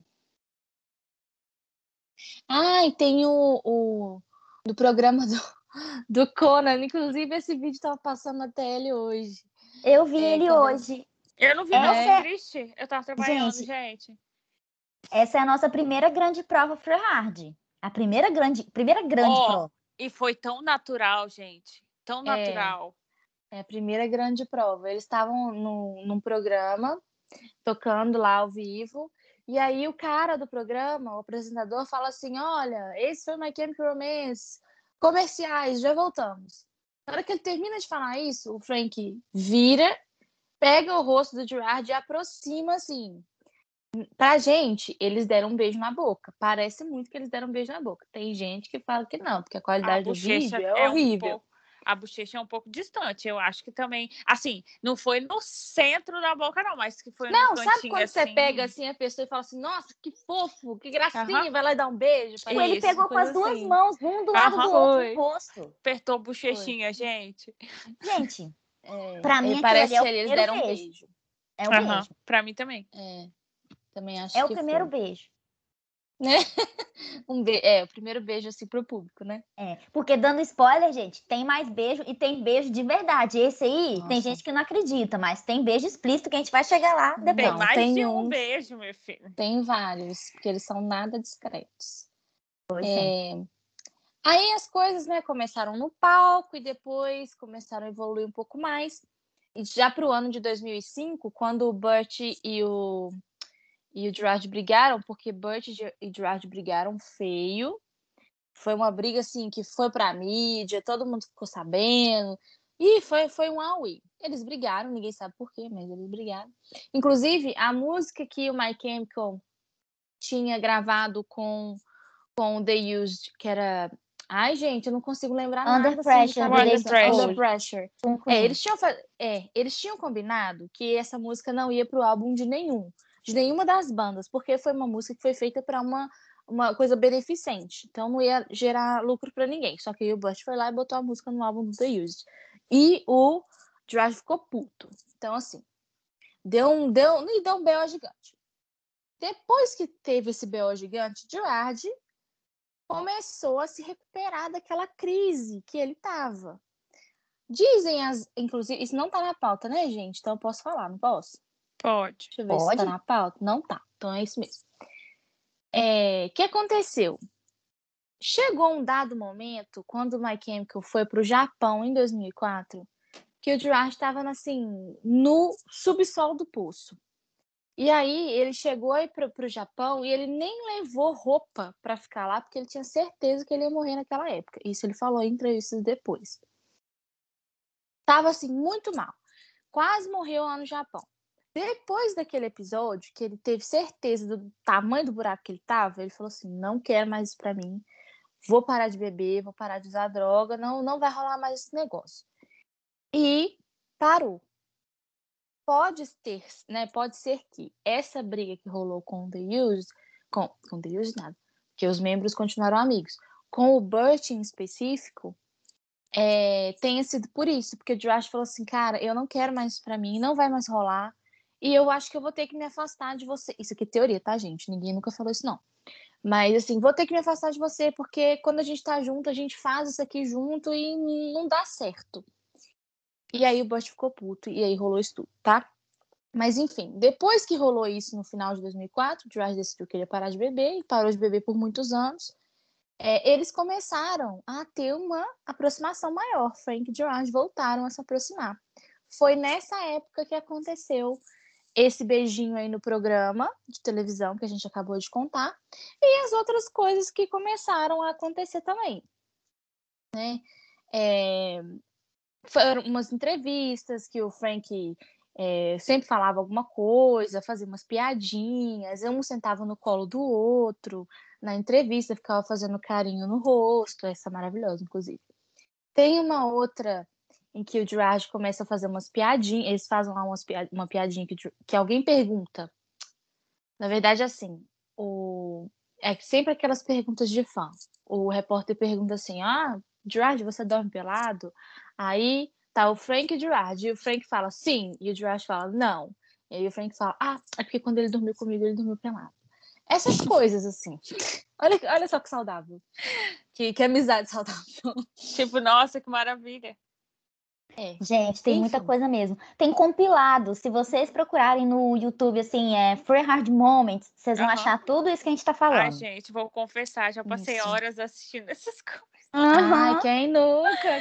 tem do programa do Conan. Inclusive, esse vídeo tava passando na tele hoje. Eu vi ele hoje. Eu não vi, não, triste. Eu tava trabalhando, gente. Essa é a nossa primeira grande prova Freyhard. A primeira grande prova. E foi tão natural, gente. Tão natural. É a primeira grande prova. Eles estavam num programa, tocando lá ao vivo. E aí o cara do programa, o apresentador, fala assim, olha, esse foi My Chemical Romance, comerciais, já voltamos. Na hora que ele termina de falar isso, o Frank vira, pega o rosto do Gerard e aproxima, assim. Pra gente, eles deram um beijo na boca. Parece muito que eles deram um beijo na boca. Tem gente que fala que não, porque a qualidade do vídeo é horrível. a bochecha é um pouco distante. Eu acho que também, assim, não foi no centro da boca, não, mas que foi no cantinho, sabe quando assim. você pega assim a pessoa e fala assim, nossa, que fofo, que gracinha, vai lá e dá um beijo. Tipo, ele pegou com as duas mãos, um do lado do outro, no rosto. Apertou a bochechinha, gente. Gente, pra mim aquilo parece ali é o que eles primeiro deram beijo. um beijo. É o beijo. Pra mim também. Também acho É o que primeiro foi. beijo. Né? O primeiro beijo assim pro público, né? Porque dando spoiler, gente, tem mais beijo e tem beijo de verdade. Esse aí, Nossa. tem gente que não acredita, mas tem beijo explícito que a gente vai chegar lá depois. Tem mais de um beijo, meu filho. Tem vários, porque eles são nada discretos. Pois é. Aí as coisas, né, começaram no palco e depois começaram a evoluir um pouco mais. E já pro ano de 2005, quando o Burt e o Gerard brigaram, porque Burt e Gerard brigaram feio. Foi uma briga, assim, que foi pra mídia, todo mundo ficou sabendo. E foi um auê. Eles brigaram, ninguém sabe por quê, mas eles brigaram. Inclusive, a música que o My Chemical tinha gravado com o The Used, que era... Ai, gente, eu não consigo lembrar Under nada. Pressure, Under Pressure. Pressure. Eles tinham combinado que essa música não ia pro álbum de nenhuma das bandas, porque foi uma música que foi feita para uma coisa beneficente. Então não ia gerar lucro para ninguém. Só que aí o Burt foi lá e botou a música no álbum do The Used. E o Gerard ficou puto. Então, assim, deu um B.O. gigante. Depois que teve esse B.O. gigante, Gerard começou a se recuperar daquela crise que ele tava. Dizem inclusive, isso não tá na pauta, né, gente? Então eu posso falar, não posso? Pode. Deixa eu ver se tá na pauta. Não tá. Então é isso mesmo. O que aconteceu? Chegou um dado momento, quando o My Chemical foi pro Japão em 2004, que o Gerard estava assim, no subsolo do poço. E aí ele chegou aí pro Japão e ele nem levou roupa para ficar lá, porque ele tinha certeza que ele ia morrer naquela época. Isso ele falou em entrevistas depois. Tava assim, muito mal. Quase morreu lá no Japão. Depois daquele episódio, que ele teve certeza do tamanho do buraco que ele tava, ele falou assim, não quero mais isso pra mim. Vou parar de beber, vou parar de usar droga, não vai rolar mais esse negócio. E parou. Pode ser que essa briga que rolou com o The Used, com The Used nada, porque os membros continuaram amigos, com o Burt em específico, tenha sido por isso, porque o Gerard falou assim, cara, eu não quero mais isso pra mim, não vai mais rolar, e eu acho que eu vou ter que me afastar de você. Isso aqui é teoria, tá, gente? Ninguém nunca falou isso, não. Mas, assim, vou ter que me afastar de você, porque quando a gente tá junto, a gente faz isso aqui junto e não dá certo. E aí o Burt ficou puto, e aí rolou isso tudo, tá? Mas, enfim, depois que rolou isso no final de 2004, o Gerard decidiu que ele ia parar de beber, e parou de beber por muitos anos. Eles começaram a ter uma aproximação maior. Frank e Gerard voltaram a se aproximar. Foi nessa época que aconteceu esse beijinho aí no programa de televisão que a gente acabou de contar, e as outras coisas que começaram a acontecer também, né? Foram umas entrevistas que o Frank sempre falava alguma coisa, fazia umas piadinhas, um sentava no colo do outro, na entrevista ficava fazendo carinho no rosto, essa maravilhosa, inclusive. Tem uma outra em que o Gerard começa a fazer umas piadinhas, eles fazem lá uma piadinha que alguém pergunta. Na verdade, assim, sempre aquelas perguntas de fã. O repórter pergunta assim, Gerard, você dorme pelado? Aí tá o Frank e o Gerard, e o Frank fala sim, e o Gerard fala não. E aí o Frank fala, é porque quando ele dormiu comigo, ele dormiu pelado. Essas coisas, assim. Olha só que saudável. Que amizade saudável. Tipo, nossa, que maravilha. Gente, tem muita coisa mesmo. Tem compilado. Se vocês procurarem no YouTube, assim, Free Hard Moments, vocês vão achar tudo isso que a gente tá falando. Ai, gente, vou confessar, já passei horas assistindo essas coisas. Ai, quem nunca?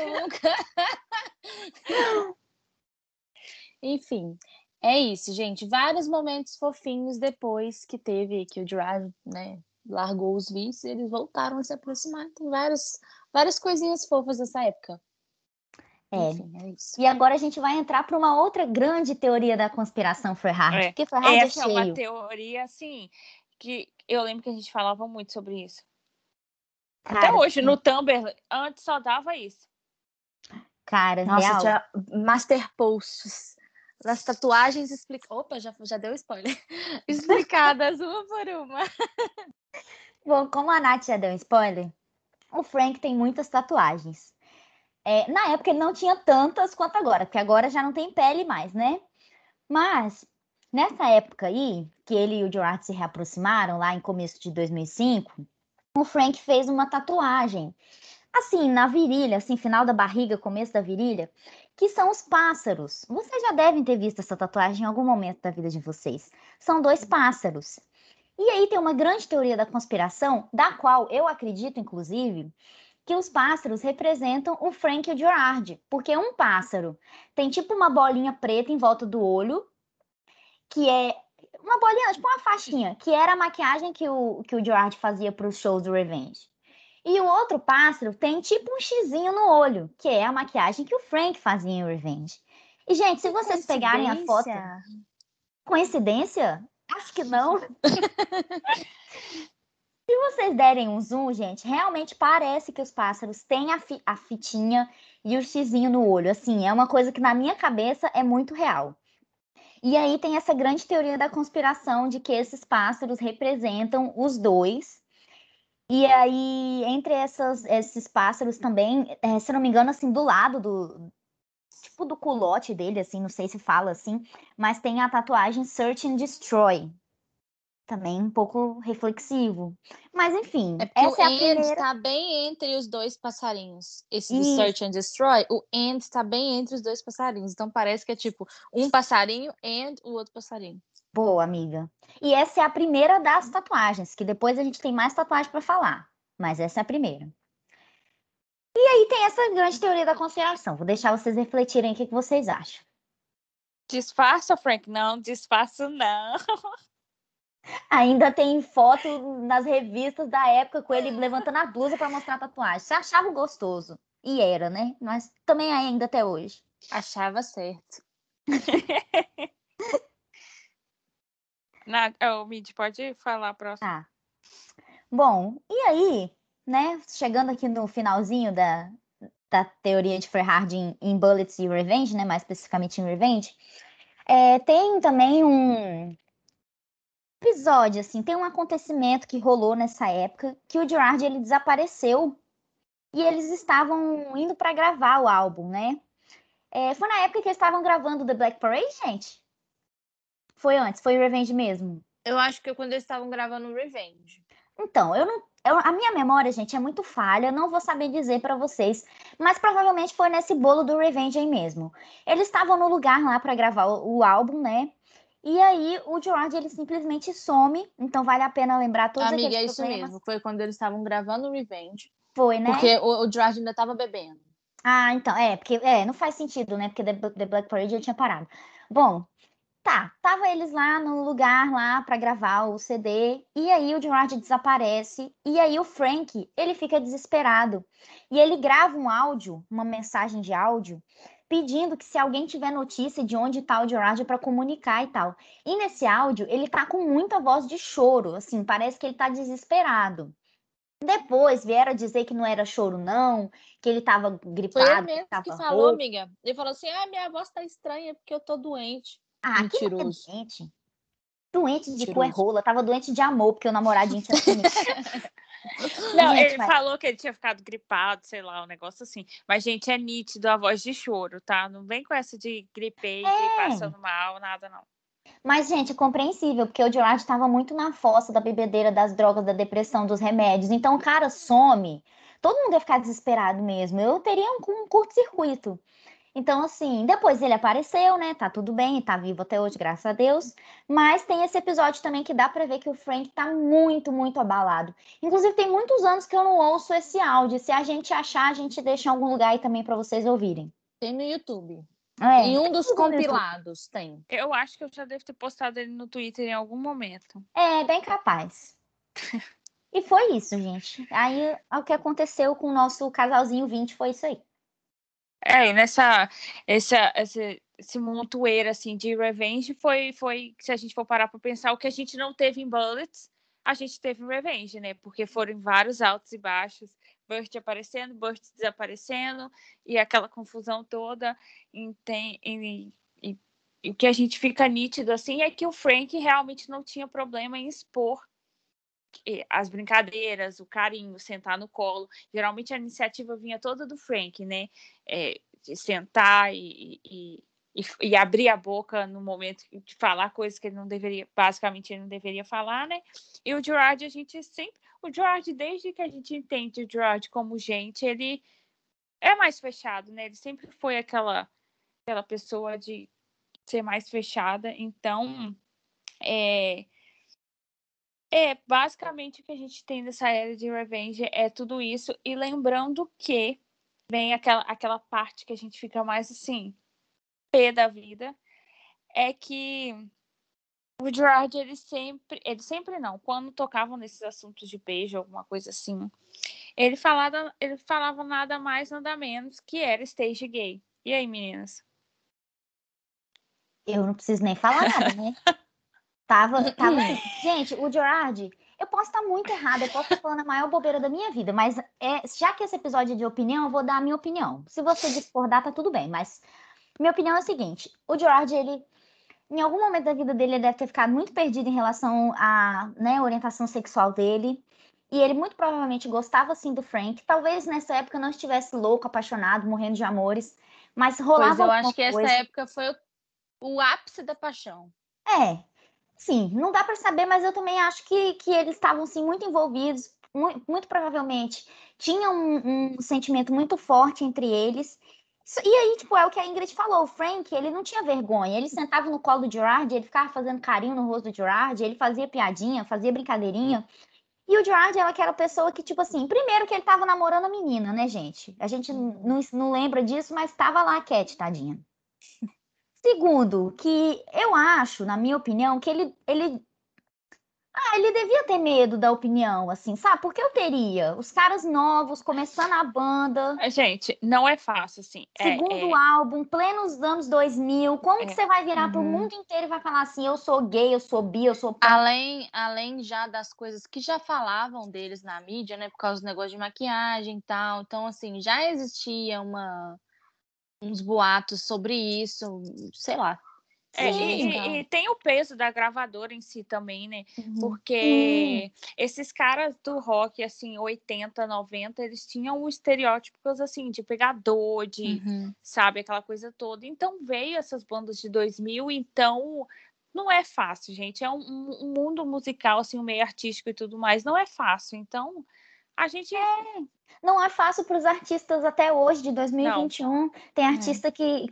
Enfim, é isso, gente. Vários momentos fofinhos depois que o Gerard, né, largou os vícios, eles voltaram a se aproximar. Tem várias coisinhas fofas dessa época. Enfim, é isso. E agora a gente vai entrar para uma outra grande teoria da conspiração Freyhard, porque Freyhard Essa é cheio. É uma teoria, assim, que eu lembro que a gente falava muito sobre isso. Cara, até hoje, no Tumblr, antes só dava isso. Cara, Nossa, real. tinha master posts das tatuagens explicadas. Opa, já deu spoiler. Explicadas uma por uma. Bom, como a Nath já deu um spoiler, o Frank tem muitas tatuagens. Na época ele não tinha tantas quanto agora, porque agora já não tem pele mais, né? Mas, nessa época aí, que ele e o Gerard se reaproximaram, lá em começo de 2005, o Frank fez uma tatuagem, assim, na virilha, assim, final da barriga, começo da virilha, que são os pássaros. Vocês já devem ter visto essa tatuagem em algum momento da vida de vocês. São 2 pássaros. E aí tem uma grande teoria da conspiração, da qual eu acredito, inclusive, que os pássaros representam o Frank e o Gerard, porque um pássaro tem tipo uma bolinha preta em volta do olho, que é uma bolinha, tipo uma faixinha, que era a maquiagem que o Gerard fazia para os shows do Revenge. E o outro pássaro tem tipo um xizinho no olho, que é a maquiagem que o Frank fazia em Revenge. E, gente, se vocês pegarem a foto... Coincidência? Acho que não. Se vocês derem um zoom, gente, realmente parece que os pássaros têm a fitinha e o xizinho no olho. Assim, é uma coisa que na minha cabeça é muito real. E aí tem essa grande teoria da conspiração de que esses pássaros representam os dois. E aí, entre esses pássaros também, se não me engano, assim, do lado tipo do culote dele, assim, não sei se fala assim, mas tem a tatuagem Search and Destroy. Também um pouco reflexivo. Mas enfim, É porque essa o é a end primeira. tá bem entre os 2 passarinhos. Esse do Isso. Search and Destroy, o end tá bem entre os 2 passarinhos. Então parece que é tipo um passarinho and o outro passarinho. Boa, amiga. E essa é a primeira das tatuagens, que depois a gente tem mais tatuagem para falar. Mas essa é a primeira. E aí tem essa grande teoria da conspiração. Vou deixar vocês refletirem o que vocês acham. Disfarça, Frank? Não, disfarça não. Ainda tem foto nas revistas da época com ele levantando a blusa para mostrar a tatuagem. Você achava gostoso. E era, né? Mas também é ainda até hoje. Achava certo. Mid, pode falar a próxima. Tá. Bom, e aí, né? Chegando aqui no finalzinho da teoria de Freyhard em Bullets e Revenge, né? Mais especificamente em Revenge. Tem também um episódio, assim, tem um acontecimento que rolou nessa época que o Gerard ele desapareceu e eles estavam indo para gravar o álbum, né? Foi na época que eles estavam gravando The Black Parade, gente? Foi antes, foi Revenge mesmo. Eu acho que quando eles estavam gravando o Revenge. Então, a minha memória, gente, é muito falha, não vou saber dizer pra vocês, mas provavelmente foi nesse bolo do Revenge aí mesmo. Eles estavam no lugar lá pra gravar o álbum, né? E aí o Gerard ele simplesmente some, então vale a pena lembrar todos Amiga, aqueles é isso problemas. mesmo. Foi quando eles estavam gravando o Revenge. Foi, né? Porque o Gerard ainda tava bebendo. Ah, então, porque não faz sentido, né? Porque The Black Parade ele tinha parado. Bom, tá, tava eles lá no lugar lá pra gravar o CD, e aí o Gerard desaparece, e aí o Frank, ele fica desesperado. E ele grava um áudio, uma mensagem de áudio, pedindo que se alguém tiver notícia de onde tá o Gerard pra comunicar e tal. E nesse áudio, ele tá com muita voz de choro, assim, parece que ele tá desesperado. Depois vieram dizer que não era choro, não, que ele tava gripado, Foi ele mesmo que que tava falou, rouco. amiga. Ele falou assim: minha voz tá estranha porque eu tô doente. Ah, que Mentiroso. doente. Doente de Mentiroso. cu é rola. Tava doente de amor, porque o namoradinho tinha sumido. Não, Gente, ele falou que ele tinha ficado gripado, sei lá, um negócio assim. Mas, gente, é nítido a voz de choro, tá? Não vem com essa de gripei, de passando mal, nada não. Mas, gente, é compreensível, porque o Gerard estava muito na fossa da bebedeira, das drogas, da depressão, dos remédios. Então, o cara some. Todo mundo ia ficar desesperado mesmo. Eu teria um curto-circuito. Então, assim, depois ele apareceu, né? Tá tudo bem, tá vivo até hoje, graças a Deus. Mas tem esse episódio também que dá pra ver que o Frank tá muito, muito abalado. Inclusive, tem muitos anos que eu não ouço esse áudio. Se a gente achar, a gente deixa em algum lugar aí também pra vocês ouvirem. Tem no YouTube. Em um dos compilados tem. Eu acho que eu já devo ter postado ele no Twitter em algum momento. Bem capaz. E foi isso, gente. Aí, o que aconteceu com o nosso casalzinho 20 foi isso aí. E esse montoeiro assim de Revenge foi, se a gente for parar para pensar, o que a gente não teve em Bullets, a gente teve em Revenge, né? Porque foram vários altos e baixos, Burt aparecendo, Burt desaparecendo, e aquela confusão toda. E o que a gente fica nítido assim é que o Frank realmente não tinha problema em expor as brincadeiras, o carinho, sentar no colo. Geralmente a iniciativa vinha toda do Frank, né? De sentar e abrir a boca no momento de falar coisas que ele não deveria, basicamente ele não deveria falar, né? E o Gerard, o Gerard, desde que a gente entende o Gerard como gente, ele é mais fechado, né? Ele sempre foi aquela pessoa de ser mais fechada, então basicamente o que a gente tem nessa era de Revenge é tudo isso, e lembrando que vem aquela parte que a gente fica mais assim, pé da vida, é que o Gerard, ele sempre não, quando tocavam nesses assuntos de beijo, alguma coisa assim, ele falava nada mais, nada menos que era stage gay. E aí, meninas? Eu não preciso nem falar nada, né? Tava aí. Gente, o Gerard, eu posso estar muito errada, eu posso estar falando a maior bobeira da minha vida, mas já que esse episódio é de opinião, eu vou dar a minha opinião. Se você discordar, tá tudo bem, mas minha opinião é a seguinte: o Gerard, ele, em algum momento da vida dele, ele deve ter ficado muito perdido em relação à, né, orientação sexual dele. E ele muito provavelmente gostava, assim, do Frank. Talvez nessa época não estivesse louco, apaixonado, morrendo de amores, mas rolava Pois eu alguma acho que essa coisa. época foi o ápice da paixão. Sim, não dá para saber, mas eu também acho que eles estavam sim muito envolvidos, muito provavelmente tinha um sentimento muito forte entre eles. E aí, tipo, é o que a Ingrid falou, o Frank, ele não tinha vergonha, ele sentava no colo do Gerard, ele ficava fazendo carinho no rosto do Gerard, ele fazia piadinha, fazia brincadeirinha. E o Gerard, ela que era a pessoa que, tipo assim, primeiro que ele tava namorando a menina, né, gente? A gente não lembra disso, mas tava lá a Cat, tadinha. Segundo, que eu acho, na minha opinião, que ele devia ter medo da opinião, assim, sabe? Porque eu teria. Os caras novos, começando a banda. Gente, não é fácil, assim. Segundo álbum, plenos anos 2000. Como que você vai virar pro mundo inteiro e vai falar assim, eu sou gay, eu sou bi, eu sou... Além já das coisas que já falavam deles na mídia, né? Por causa do negócio de maquiagem e tal. Então, assim, já existia uns boatos sobre isso, sei lá. E tem o peso da gravadora em si também, né? Sim. Porque esses caras do rock, assim, 80, 90, eles tinham estereótipos, assim, de pegador, sabe, aquela coisa toda. Então, veio essas bandas de 2000, então não é fácil, gente. É um mundo musical, assim, um meio artístico e tudo mais, não é fácil. Então, a gente... Não é fácil para os artistas até hoje, de 2021. Tem artista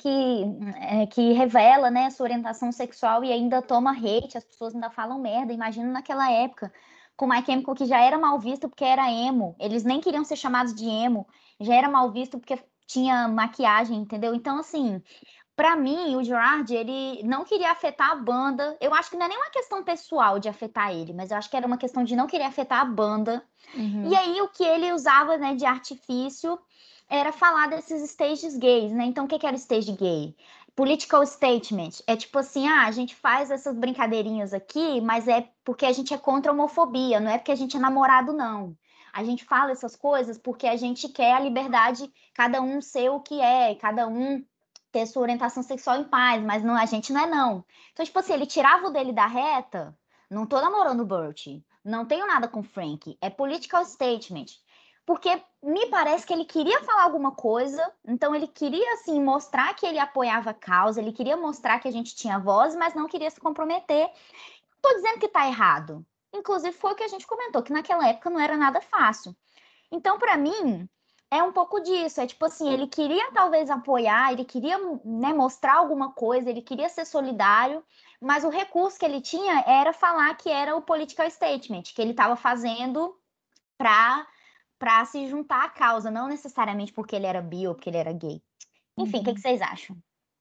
que revela, né, sua orientação sexual e ainda toma hate, as pessoas ainda falam merda. Imagina naquela época, com My Chemical, que já era mal visto porque era emo. Eles nem queriam ser chamados de emo, já era mal visto porque tinha maquiagem, entendeu? Então, assim, pra mim, o Gerard, ele não queria afetar a banda. Eu acho que não é nem uma questão pessoal de afetar ele, mas eu acho que era uma questão de não querer afetar a banda. E aí, o que ele usava, né, de artifício era falar desses stages gays, né? Então, o que era o stage gay? Political statement. É tipo assim, a gente faz essas brincadeirinhas aqui, mas é porque a gente é contra a homofobia, não é porque a gente é namorado, não. A gente fala essas coisas porque a gente quer a liberdade, cada um ser o que é, cada um ter sua orientação sexual em paz, mas não, a gente não é, não. Então, tipo assim, ele tirava o dele da reta, não tô namorando o Burt, não tenho nada com o Frank, é political statement. Porque me parece que ele queria falar alguma coisa, então ele queria, assim, mostrar que ele apoiava a causa, ele queria mostrar que a gente tinha voz, mas não queria se comprometer. Tô dizendo que tá errado. Inclusive, foi o que a gente comentou, que naquela época não era nada fácil. Então, para mim, é um pouco disso. É tipo assim, ele queria talvez apoiar, ele queria, né, mostrar alguma coisa, ele queria ser solidário, mas o recurso que ele tinha era falar que era o political statement, que ele estava fazendo para se juntar à causa, não necessariamente porque ele era bi ou porque ele era gay. Enfim, o que vocês acham?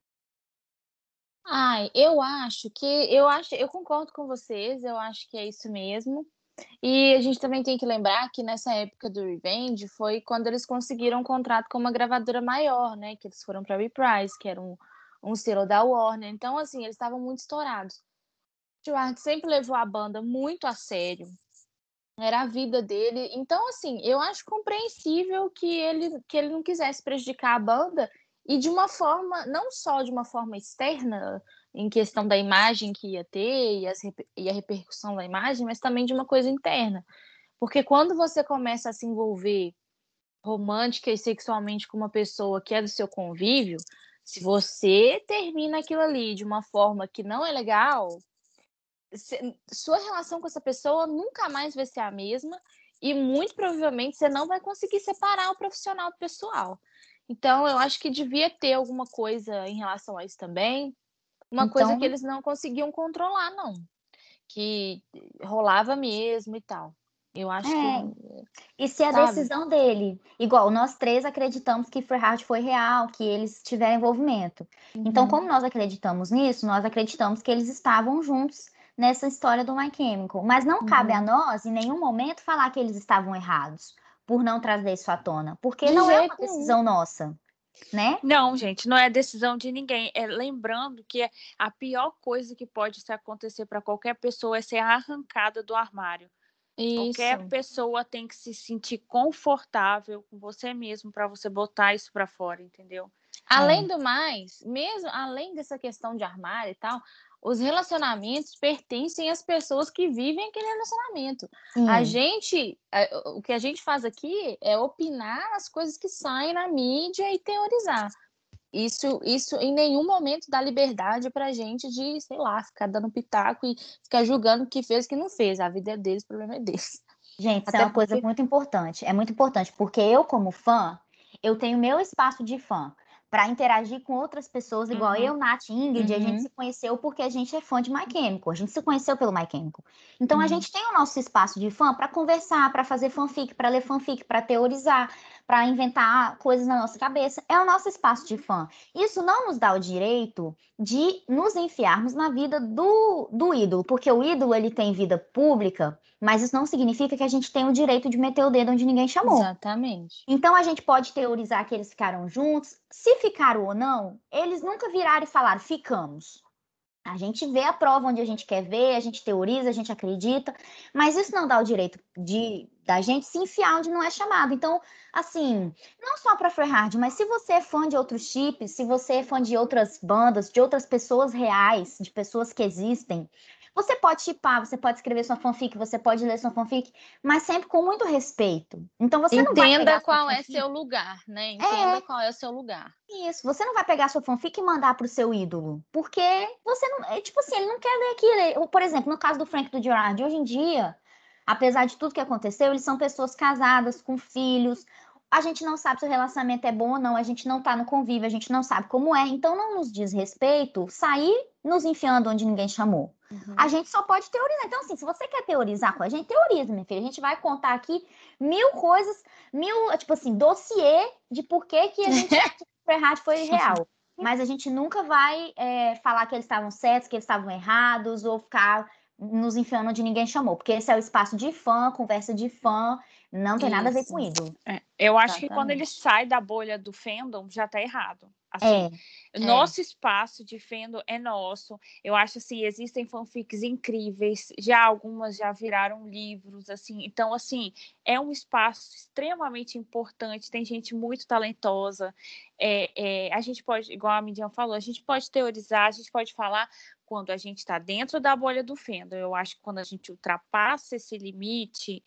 Ai, eu concordo com vocês, eu acho que é isso mesmo. E a gente também tem que lembrar que nessa época do Revenge foi quando eles conseguiram um contrato com uma gravadora maior, né? Que eles foram para Reprise, que era um selo da Warner. Então, assim, eles estavam muito estourados. O Stewart sempre levou a banda muito a sério. Era a vida dele. Então, assim, eu acho compreensível que ele não quisesse prejudicar a banda e de uma forma, não só de uma forma externa, em questão da imagem que ia ter e a repercussão da imagem, mas também de uma coisa interna. Porque quando você começa a se envolver romântica e sexualmente com uma pessoa que é do seu convívio, se você termina aquilo ali de uma forma que não é legal, sua relação com essa pessoa nunca mais vai ser a mesma e muito provavelmente você não vai conseguir separar o profissional do pessoal. Então, eu acho que devia ter alguma coisa em relação a isso também, uma coisa que eles não conseguiam controlar, não, que rolava mesmo e tal. Eu acho que... E se a decisão dele, igual nós três acreditamos que Ferhard foi real, que eles tiveram envolvimento. Então, como nós acreditamos nisso, nós acreditamos que eles estavam juntos nessa história do My Chemical. Mas não cabe a nós, em nenhum momento, falar que eles estavam errados por não trazer isso à tona. Porque não é uma decisão nossa, né? Não, gente, não é decisão de ninguém. É lembrando que a pior coisa que pode acontecer para qualquer pessoa é ser arrancada do armário. Qualquer pessoa tem que se sentir confortável com você mesmo para você botar isso para fora, entendeu? Além do mais, mesmo além dessa questão de armário e tal, os relacionamentos pertencem às pessoas que vivem aquele relacionamento. O que a gente faz aqui é opinar as coisas que saem na mídia e teorizar. Isso em nenhum momento dá liberdade pra gente de, sei lá, ficar dando pitaco e ficar julgando o que fez e o que não fez. A vida é deles, o problema é deles. Gente, isso é uma coisa muito importante. É muito importante, porque eu, como fã, eu tenho meu espaço de fã para interagir com outras pessoas, igual eu, Nath e Ingrid, a gente se conheceu porque a gente é fã de My Chemical, a gente se conheceu pelo My Chemical. Então, a gente tem o nosso espaço de fã para conversar, para fazer fanfic, para ler fanfic, para teorizar, para inventar coisas na nossa cabeça. É o nosso espaço de fã. Isso não nos dá o direito de nos enfiarmos na vida do ídolo, porque o ídolo, ele tem vida pública, mas isso não significa que a gente tem o direito de meter o dedo onde ninguém chamou. Exatamente. Então a gente pode teorizar que eles ficaram juntos. Se ficaram ou não, eles nunca viraram e falaram, ficamos. A gente vê a prova onde a gente quer ver, a gente teoriza, a gente acredita, mas isso não dá o direito da gente se enfiar onde não é chamado. Então, assim, não só para Ferhard, mas se você é fã de outros chips, se você é fã de outras bandas, de outras pessoas reais, de pessoas que existem, você pode chipar, você pode escrever sua fanfic, você pode ler sua fanfic, mas sempre com muito respeito. Então você não vai pegar qual é seu lugar, né? Entenda qual é o seu lugar. Isso, você não vai pegar sua fanfic e mandar pro seu ídolo, porque você não, tipo assim, ele não quer ler aquilo. Por exemplo, no caso do Frank e do Gerard, hoje em dia, apesar de tudo que aconteceu, eles são pessoas casadas, com filhos. A gente não sabe se o relacionamento é bom ou não, a gente não tá no convívio, a gente não sabe como é, então não nos diz respeito sair nos enfiando onde ninguém chamou. A gente só pode teorizar. Então, assim, se você quer teorizar com a gente, teoriza, minha filha. A gente vai contar aqui 1000 coisas, tipo assim, dossiê de por que a gente acha que o Ferrari foi real. Mas a gente nunca vai falar que eles estavam certos, que eles estavam errados, ou ficar nos enfiando onde ninguém chamou. Porque esse é o espaço de fã, conversa de fã, não tem nada a ver com ídolo. Eu acho que quando ele sai da bolha do fandom, já tá errado. Assim, nosso espaço de fandom é nosso. Eu acho assim, existem fanfics incríveis, já algumas já viraram livros, assim. Então, assim, é um espaço extremamente importante. Tem gente muito talentosa. A gente pode, igual a Midian falou, a gente pode teorizar, a gente pode falar quando a gente está dentro da bolha do fandom. Eu acho que quando a gente ultrapassa esse limite,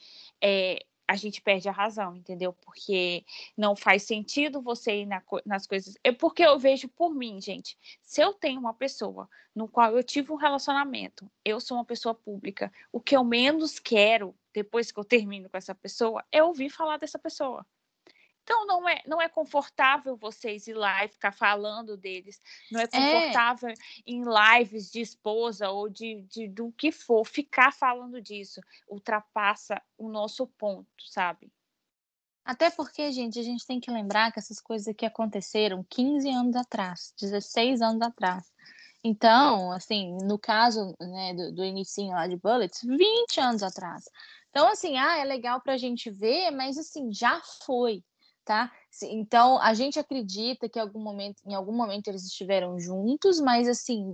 a gente perde a razão, entendeu? Porque não faz sentido você ir nas coisas... Porque eu vejo por mim, gente. Se eu tenho uma pessoa no qual eu tive um relacionamento, eu sou uma pessoa pública, o que eu menos quero, depois que eu termino com essa pessoa, é ouvir falar dessa pessoa. Então, não é confortável vocês ir lá e ficar falando deles. Não é confortável em lives de esposa ou do que for, ficar falando disso. Ultrapassa o nosso ponto, sabe? Até porque, gente, a gente tem que lembrar que essas coisas aqui aconteceram 15 anos atrás, 16 anos atrás. Então, assim, no caso, né, do inicinho lá de Bullets, 20 anos atrás. Então, assim, é legal pra gente ver, mas, assim, já foi, tá? Então, a gente acredita que em algum momento eles estiveram juntos, mas, assim,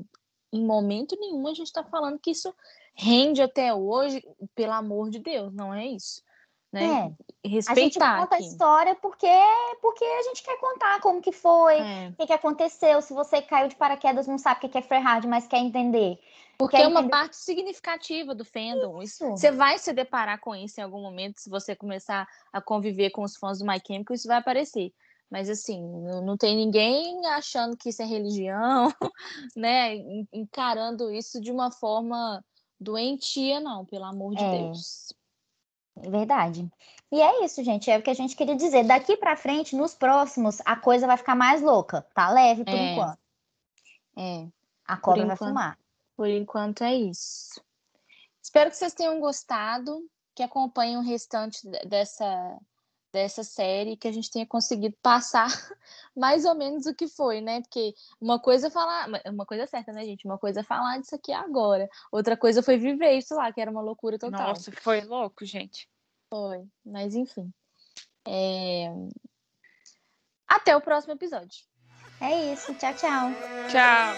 em momento nenhum a gente está falando que isso rende até hoje, pelo amor de Deus, não é isso, né? A gente conta a história porque a gente quer contar como que foi, o que aconteceu. Se você caiu de paraquedas, não sabe o que é freehard, mas quer entender. Porque é uma parte significativa do fandom. Isso. Você vai se deparar com isso em algum momento, se você começar a conviver com os fãs do My Chemical, isso vai aparecer. Mas, assim, não tem ninguém achando que isso é religião, né? Encarando isso de uma forma doentia, não, pelo amor de Deus. É verdade. E é isso, gente. É o que a gente queria dizer. Daqui pra frente, nos próximos, a coisa vai ficar mais louca. Tá leve por enquanto. A cobra vai fumar. Por enquanto é isso. Espero que vocês tenham gostado, que acompanhem o restante dessa série, que a gente tenha conseguido passar mais ou menos o que foi, né? Porque uma coisa é falar, uma coisa é certa, né, gente? Uma coisa é falar disso aqui agora, outra coisa foi viver isso lá, que era uma loucura total. Nossa, foi louco, gente. Foi, mas enfim. Até o próximo episódio. É isso, tchau, tchau. Tchau.